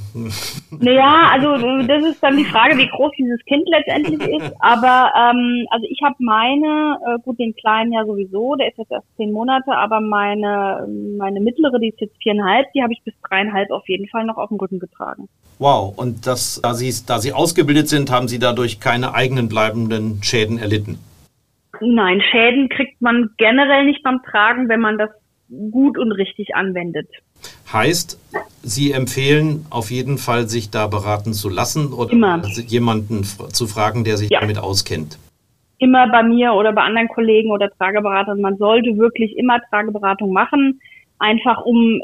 Naja, also das ist dann die Frage, wie groß dieses Kind letztendlich ist. Aber ähm, also ich habe meine, äh, gut, den Kleinen ja sowieso, der ist jetzt erst zehn Monate, aber meine meine mittlere, die ist jetzt viereinhalb, die habe ich bis dreieinhalb auf jeden Fall noch auf dem Rücken getragen. Wow, und das, da Sie, da Sie ausgebildet sind, haben Sie dadurch keine eigenen bleibenden Schäden erlitten? Nein, Schäden kriegt man generell nicht beim Tragen, wenn man das gut und richtig anwendet. Heißt, Sie empfehlen auf jeden Fall, sich da beraten zu lassen oder Immer. jemanden zu fragen, der sich ja. damit auskennt? Immer bei mir oder bei anderen Kollegen oder Trageberatern. Man sollte wirklich immer Trageberatung machen, einfach um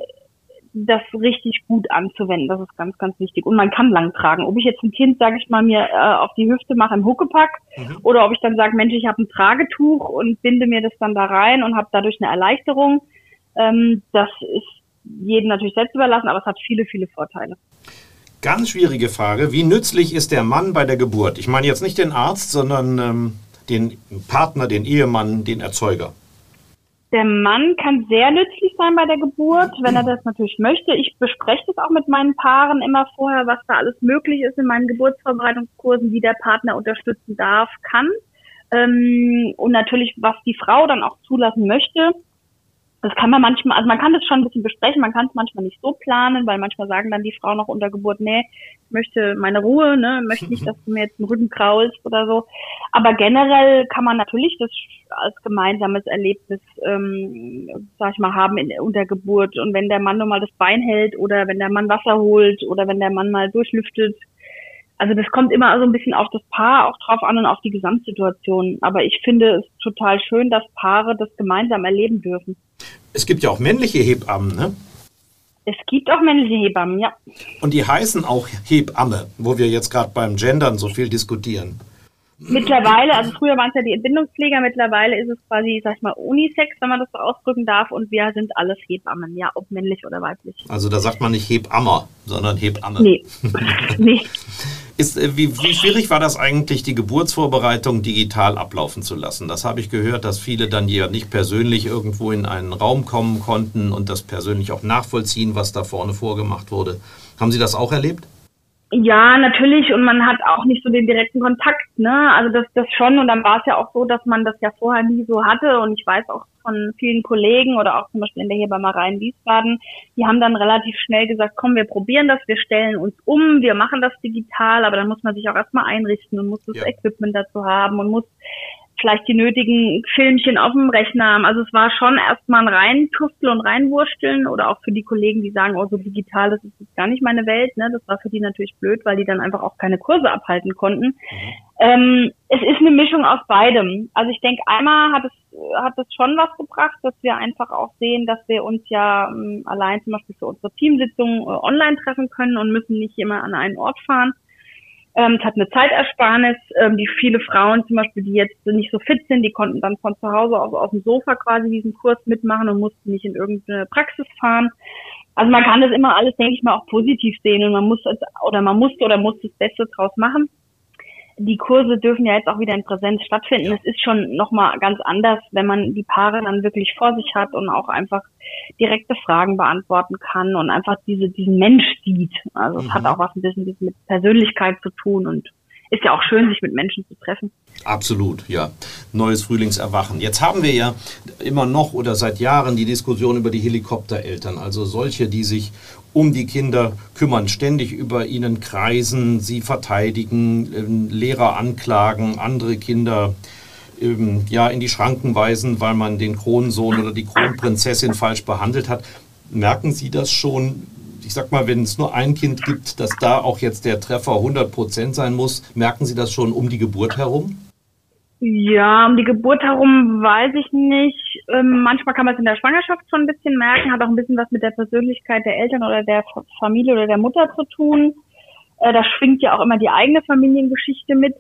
das richtig gut anzuwenden. Das ist ganz, ganz wichtig. Und man kann lang tragen. Ob ich jetzt ein Kind, sage ich mal, mir äh, auf die Hüfte mache im Huckepack, mhm. oder ob ich dann sage, Mensch, ich habe ein Tragetuch und binde mir das dann da rein und habe dadurch eine Erleichterung. Ähm, das ist jedem natürlich selbst überlassen, aber es hat viele, viele Vorteile. Ganz schwierige Frage. Wie nützlich ist der Mann bei der Geburt? Ich meine jetzt nicht den Arzt, sondern ähm, den Partner, den Ehemann, den Erzeuger. Der Mann kann sehr nützlich sein bei der Geburt, wenn er das natürlich möchte. Ich bespreche das auch mit meinen Paaren immer vorher, was da alles möglich ist in meinen Geburtsvorbereitungskursen, wie der Partner unterstützen darf, kann. Ähm, und natürlich, was die Frau dann auch zulassen möchte. Das kann man manchmal, also man kann das schon ein bisschen besprechen, man kann es manchmal nicht so planen, weil manchmal sagen dann die Frauen noch unter Geburt, nee, ich möchte meine Ruhe, ne, möchte nicht, dass du mir jetzt den Rücken kraulst oder so. Aber generell kann man natürlich das als gemeinsames Erlebnis, ähm, sag ich mal, haben in, unter Geburt. Und wenn der Mann nur mal das Bein hält oder wenn der Mann Wasser holt oder wenn der Mann mal durchlüftet, also das kommt immer so ein bisschen auf das Paar auch drauf an und auf die Gesamtsituation. Aber ich finde es total schön, dass Paare das gemeinsam erleben dürfen. Es gibt ja auch männliche Hebammen, ne? Es gibt auch männliche Hebammen, ja. Und die heißen auch Hebamme, wo wir jetzt gerade beim Gendern so viel diskutieren. Mittlerweile, also früher waren es ja die Entbindungspfleger, mittlerweile ist es quasi, sag ich mal, Unisex, wenn man das so ausdrücken darf. Und wir sind alles Hebammen, ja, ob männlich oder weiblich. Also da sagt man nicht Hebammer, sondern Hebamme. Nee, nee. Ist, wie, wie schwierig war das eigentlich, die Geburtsvorbereitung digital ablaufen zu lassen? Das habe ich gehört, dass viele dann ja nicht persönlich irgendwo in einen Raum kommen konnten und das persönlich auch nachvollziehen, was da vorne vorgemacht wurde. Haben Sie das auch erlebt? Ja, natürlich. Und man hat auch nicht so den direkten Kontakt, ne? Also das, das schon. Und dann war es ja auch so, dass man das ja vorher nie so hatte. Und ich weiß auch von vielen Kollegen oder auch zum Beispiel in der Hebammerei in Wiesbaden, die haben dann relativ schnell gesagt, komm, wir probieren das, wir stellen uns um, wir machen das digital. Aber dann muss man sich auch erstmal einrichten und muss das ja. Equipment dazu haben und muss vielleicht die nötigen Filmchen auf dem Rechner haben. Also es war schon erstmal ein Reintufteln und Reinwursteln oder auch für die Kollegen, die sagen, oh, so digital, das ist jetzt gar nicht meine Welt, ne? Das war für die natürlich blöd, weil die dann einfach auch keine Kurse abhalten konnten. Mhm. Ähm, es ist eine Mischung aus beidem. Also ich denke, einmal hat es hat es schon was gebracht, dass wir einfach auch sehen, dass wir uns ja ähm, allein zum Beispiel für unsere Teamsitzungen äh, online treffen können und müssen nicht immer an einen Ort fahren. Ähm, es hat eine Zeitersparnis, ähm, die viele Frauen zum Beispiel, die jetzt nicht so fit sind, die konnten dann von zu Hause aus, aus dem Sofa quasi diesen Kurs mitmachen und mussten nicht in irgendeine Praxis fahren. Also man kann das immer alles, denke ich mal, auch positiv sehen und man muss oder man musste oder muss das Beste draus machen. Die Kurse dürfen ja jetzt auch wieder in Präsenz stattfinden. Es ist schon nochmal ganz anders, wenn man die Paare dann wirklich vor sich hat und auch einfach direkte Fragen beantworten kann und einfach diese diesen Mensch sieht. Also es mhm. hat auch was ein bisschen mit Persönlichkeit zu tun und ist ja auch schön, sich mit Menschen zu treffen. Absolut, ja. Neues Frühlingserwachen. Jetzt haben wir ja immer noch oder seit Jahren die Diskussion über die Helikoptereltern, also solche, die sich um die Kinder kümmern, ständig über ihnen kreisen, sie verteidigen, Lehrer anklagen, andere Kinder ähm, ja, in die Schranken weisen, weil man den Kronsohn oder die Kronprinzessin falsch behandelt hat. Merken Sie das schon? Ich sag mal, wenn es nur ein Kind gibt, dass da auch jetzt der Treffer hundert Prozent sein muss, merken Sie das schon um die Geburt herum? Ja, um die Geburt herum weiß ich nicht. Ähm, manchmal kann man es in der Schwangerschaft schon ein bisschen merken, hat auch ein bisschen was mit der Persönlichkeit der Eltern oder der Familie oder der Mutter zu tun. Äh, da schwingt ja auch immer die eigene Familiengeschichte mit,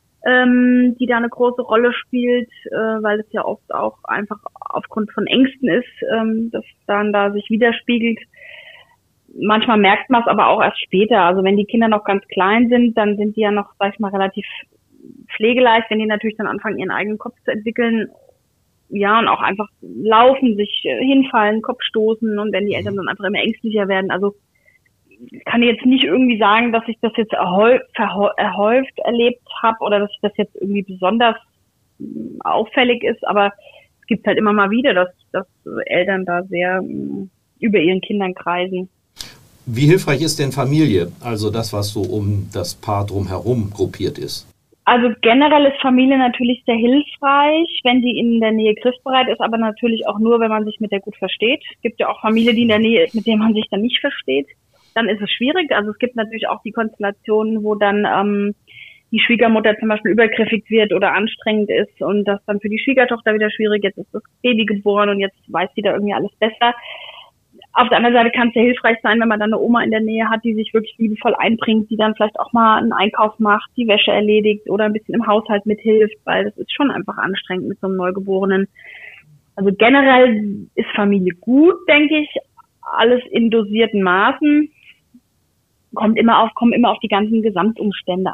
ähm, die da eine große Rolle spielt, äh, weil es ja oft auch einfach aufgrund von Ängsten ist, ähm, dass dann da sich widerspiegelt. Manchmal merkt man es aber auch erst später. Also wenn die Kinder noch ganz klein sind, dann sind die ja noch, sag ich mal, relativ pflegeleicht, wenn die natürlich dann anfangen, ihren eigenen Kopf zu entwickeln. Ja, und auch einfach laufen, sich hinfallen, Kopf stoßen und wenn die Eltern dann einfach immer ängstlicher werden. Also ich kann jetzt nicht irgendwie sagen, dass ich das jetzt erhäuft, erhäuft erlebt habe oder dass das jetzt irgendwie besonders auffällig ist, aber es gibt halt immer mal wieder, dass, dass Eltern da sehr über ihren Kindern kreisen. Wie hilfreich ist denn Familie, also das, was so um das Paar drumherum gruppiert ist? Also generell ist Familie natürlich sehr hilfreich, wenn sie in der Nähe griffbereit ist, aber natürlich auch nur, wenn man sich mit der gut versteht. Es gibt ja auch Familie, die in der Nähe ist, mit der man sich dann nicht versteht. Dann ist es schwierig. Also es gibt natürlich auch die Konstellationen, wo dann ähm, die Schwiegermutter zum Beispiel übergriffig wird oder anstrengend ist und das dann für die Schwiegertochter wieder schwierig. Jetzt ist das Baby geboren und jetzt weiß sie da irgendwie alles besser. Auf der anderen Seite kann es sehr hilfreich sein, wenn man dann eine Oma in der Nähe hat, die sich wirklich liebevoll einbringt, die dann vielleicht auch mal einen Einkauf macht, die Wäsche erledigt oder ein bisschen im Haushalt mithilft, weil das ist schon einfach anstrengend mit so einem Neugeborenen. Also generell ist Familie gut, denke ich, alles in dosierten Maßen. Kommt immer auf, kommen immer auf die ganzen Gesamtumstände an.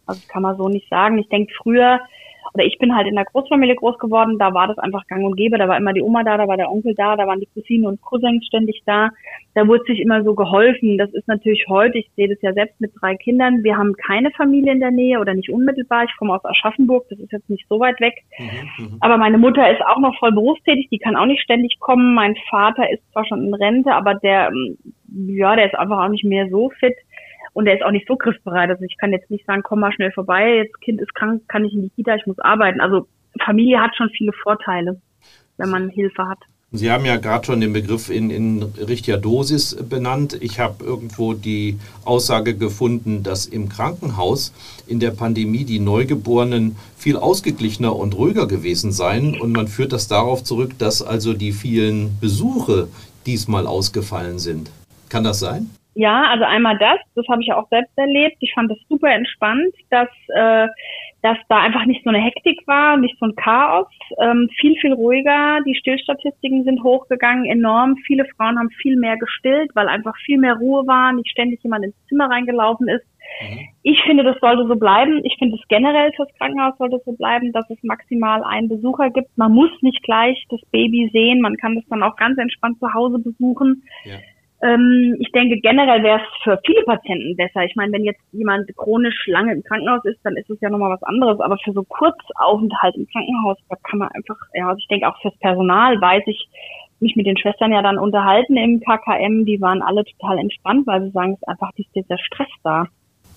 Also das kann man so nicht sagen. Ich denke früher, oder ich bin halt in der Großfamilie groß geworden, da war das einfach gang und gäbe, da war immer die Oma da, da war der Onkel da, da waren die Cousinen und Cousins ständig da, da wurde sich immer so geholfen. Das ist natürlich heute, ich sehe das ja selbst mit drei Kindern, wir haben keine Familie in der Nähe oder nicht unmittelbar, ich komme aus Aschaffenburg, das ist jetzt nicht so weit weg, mhm, aber meine Mutter ist auch noch voll berufstätig, die kann auch nicht ständig kommen, mein Vater ist zwar schon in Rente, aber der, ja, der ist einfach auch nicht mehr so fit. Und der ist auch nicht so griffbereit. Also ich kann jetzt nicht sagen, komm mal schnell vorbei, jetzt Kind ist krank, kann ich in die Kita, ich muss arbeiten. Also Familie hat schon viele Vorteile, wenn man Hilfe hat. Sie haben ja gerade schon den Begriff in, in richtiger Dosis benannt. Ich habe irgendwo die Aussage gefunden, dass im Krankenhaus in der Pandemie die Neugeborenen viel ausgeglichener und ruhiger gewesen seien. Und man führt das darauf zurück, dass also die vielen Besuche diesmal ausgefallen sind. Kann das sein? Ja, also einmal das, das habe ich ja auch selbst erlebt. Ich fand das super entspannt, dass äh, dass da einfach nicht so eine Hektik war, nicht so ein Chaos, ähm, viel, viel ruhiger. Die Stillstatistiken sind hochgegangen, enorm. Viele Frauen haben viel mehr gestillt, weil einfach viel mehr Ruhe war, nicht ständig jemand ins Zimmer reingelaufen ist. Mhm. Ich finde, das sollte so bleiben. Ich finde es generell fürs Krankenhaus sollte so bleiben, dass es maximal einen Besucher gibt. Man muss nicht gleich das Baby sehen, man kann das dann auch ganz entspannt zu Hause besuchen. Ja. Ich denke, generell wäre es für viele Patienten besser. Ich meine, wenn jetzt jemand chronisch lange im Krankenhaus ist, dann ist es ja nochmal was anderes. Aber für so Kurzaufenthalt im Krankenhaus, da kann man einfach, ja, also ich denke auch fürs Personal, weiß ich, mich mit den Schwestern ja dann unterhalten im K K M, die waren alle total entspannt, weil sie sagen, es ist einfach dieser Stress da.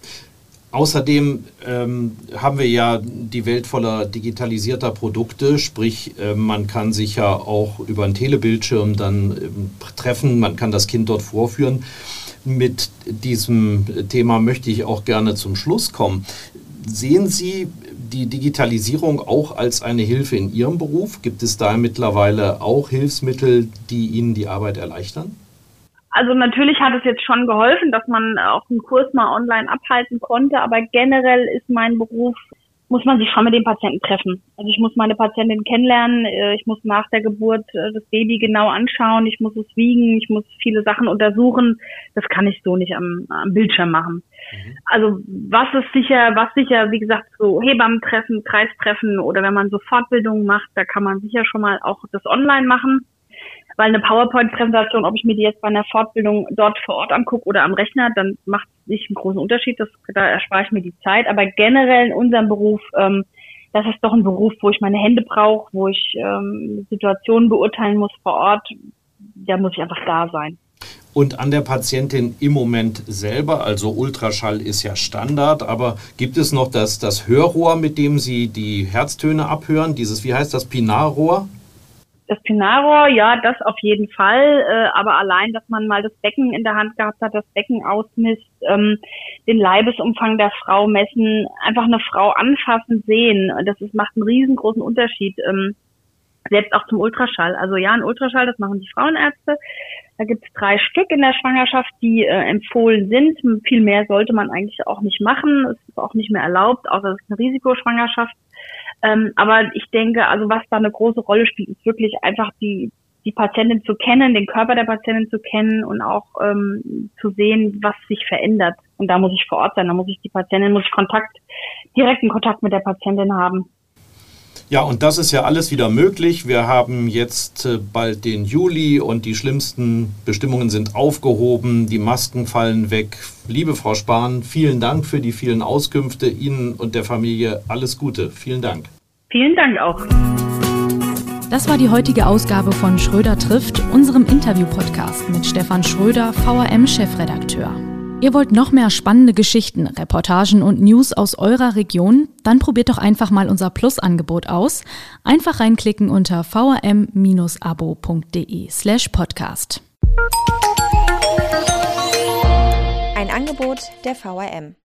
Außerdem ähm, haben wir ja die Welt voller digitalisierter Produkte, sprich äh, man kann sich ja auch über einen Telebildschirm dann ähm, treffen, man kann das Kind dort vorführen. Mit diesem Thema möchte ich auch gerne zum Schluss kommen. Sehen Sie die Digitalisierung auch als eine Hilfe in Ihrem Beruf? Gibt es da mittlerweile auch Hilfsmittel, die Ihnen die Arbeit erleichtern? Also natürlich hat es jetzt schon geholfen, dass man auch einen Kurs mal online abhalten konnte, aber generell ist mein Beruf, muss man sich schon mit den Patienten treffen. Also ich muss meine Patientin kennenlernen, ich muss nach der Geburt das Baby genau anschauen, ich muss es wiegen, ich muss viele Sachen untersuchen. Das kann ich so nicht am, am Bildschirm machen. Mhm. Also was ist sicher, was sicher, wie gesagt, so Hebammentreffen, Kreistreffen oder wenn man so Fortbildungen macht, da kann man sicher schon mal auch das online machen. Weil eine PowerPoint-Präsentation, ob ich mir die jetzt bei einer Fortbildung dort vor Ort angucke oder am Rechner, dann macht es nicht einen großen Unterschied. Das, da erspare ich mir die Zeit. Aber generell in unserem Beruf, ähm, das ist doch ein Beruf, wo ich meine Hände brauche, wo ich ähm, Situationen beurteilen muss vor Ort. Da muss ich einfach da sein. Und an der Patientin im Moment selber, also Ultraschall ist ja Standard, aber gibt es noch das, das Hörrohr, mit dem Sie die Herztöne abhören? Dieses, wie heißt das, Pinarrohr? Das Pinarrohr, ja, das auf jeden Fall, äh, aber allein, dass man mal das Becken in der Hand gehabt hat, das Becken ausmisst, ähm, den Leibesumfang der Frau messen, einfach eine Frau anfassen, sehen, das ist, macht einen riesengroßen Unterschied, ähm, selbst auch zum Ultraschall. Also ja, ein Ultraschall, das machen die Frauenärzte, da gibt es drei Stück in der Schwangerschaft, die äh, empfohlen sind, viel mehr sollte man eigentlich auch nicht machen, es ist auch nicht mehr erlaubt, außer es ist eine Risikoschwangerschaft. Ähm, aber ich denke, also was da eine große Rolle spielt, ist wirklich einfach die die Patientin zu kennen, den Körper der Patientin zu kennen und auch ähm, zu sehen, was sich verändert. Und da muss ich vor Ort sein, da muss ich die Patientin, muss ich Kontakt, direkten Kontakt mit der Patientin haben. Ja, und das ist ja alles wieder möglich. Wir haben jetzt äh, bald den Juli und die schlimmsten Bestimmungen sind aufgehoben, die Masken fallen weg. Liebe Frau Spahn, vielen Dank für die vielen Auskünfte. Ihnen und der Familie alles Gute. Vielen Dank. Vielen Dank auch. Das war die heutige Ausgabe von Schröder trifft, unserem Interview-Podcast mit Stefan Schröder, V R M-Chefredakteur. Ihr wollt noch mehr spannende Geschichten, Reportagen und News aus eurer Region? Dann probiert doch einfach mal unser Plus-Angebot aus. Einfach reinklicken unter vrm-abo.de slash podcast. Ein Angebot der V R M.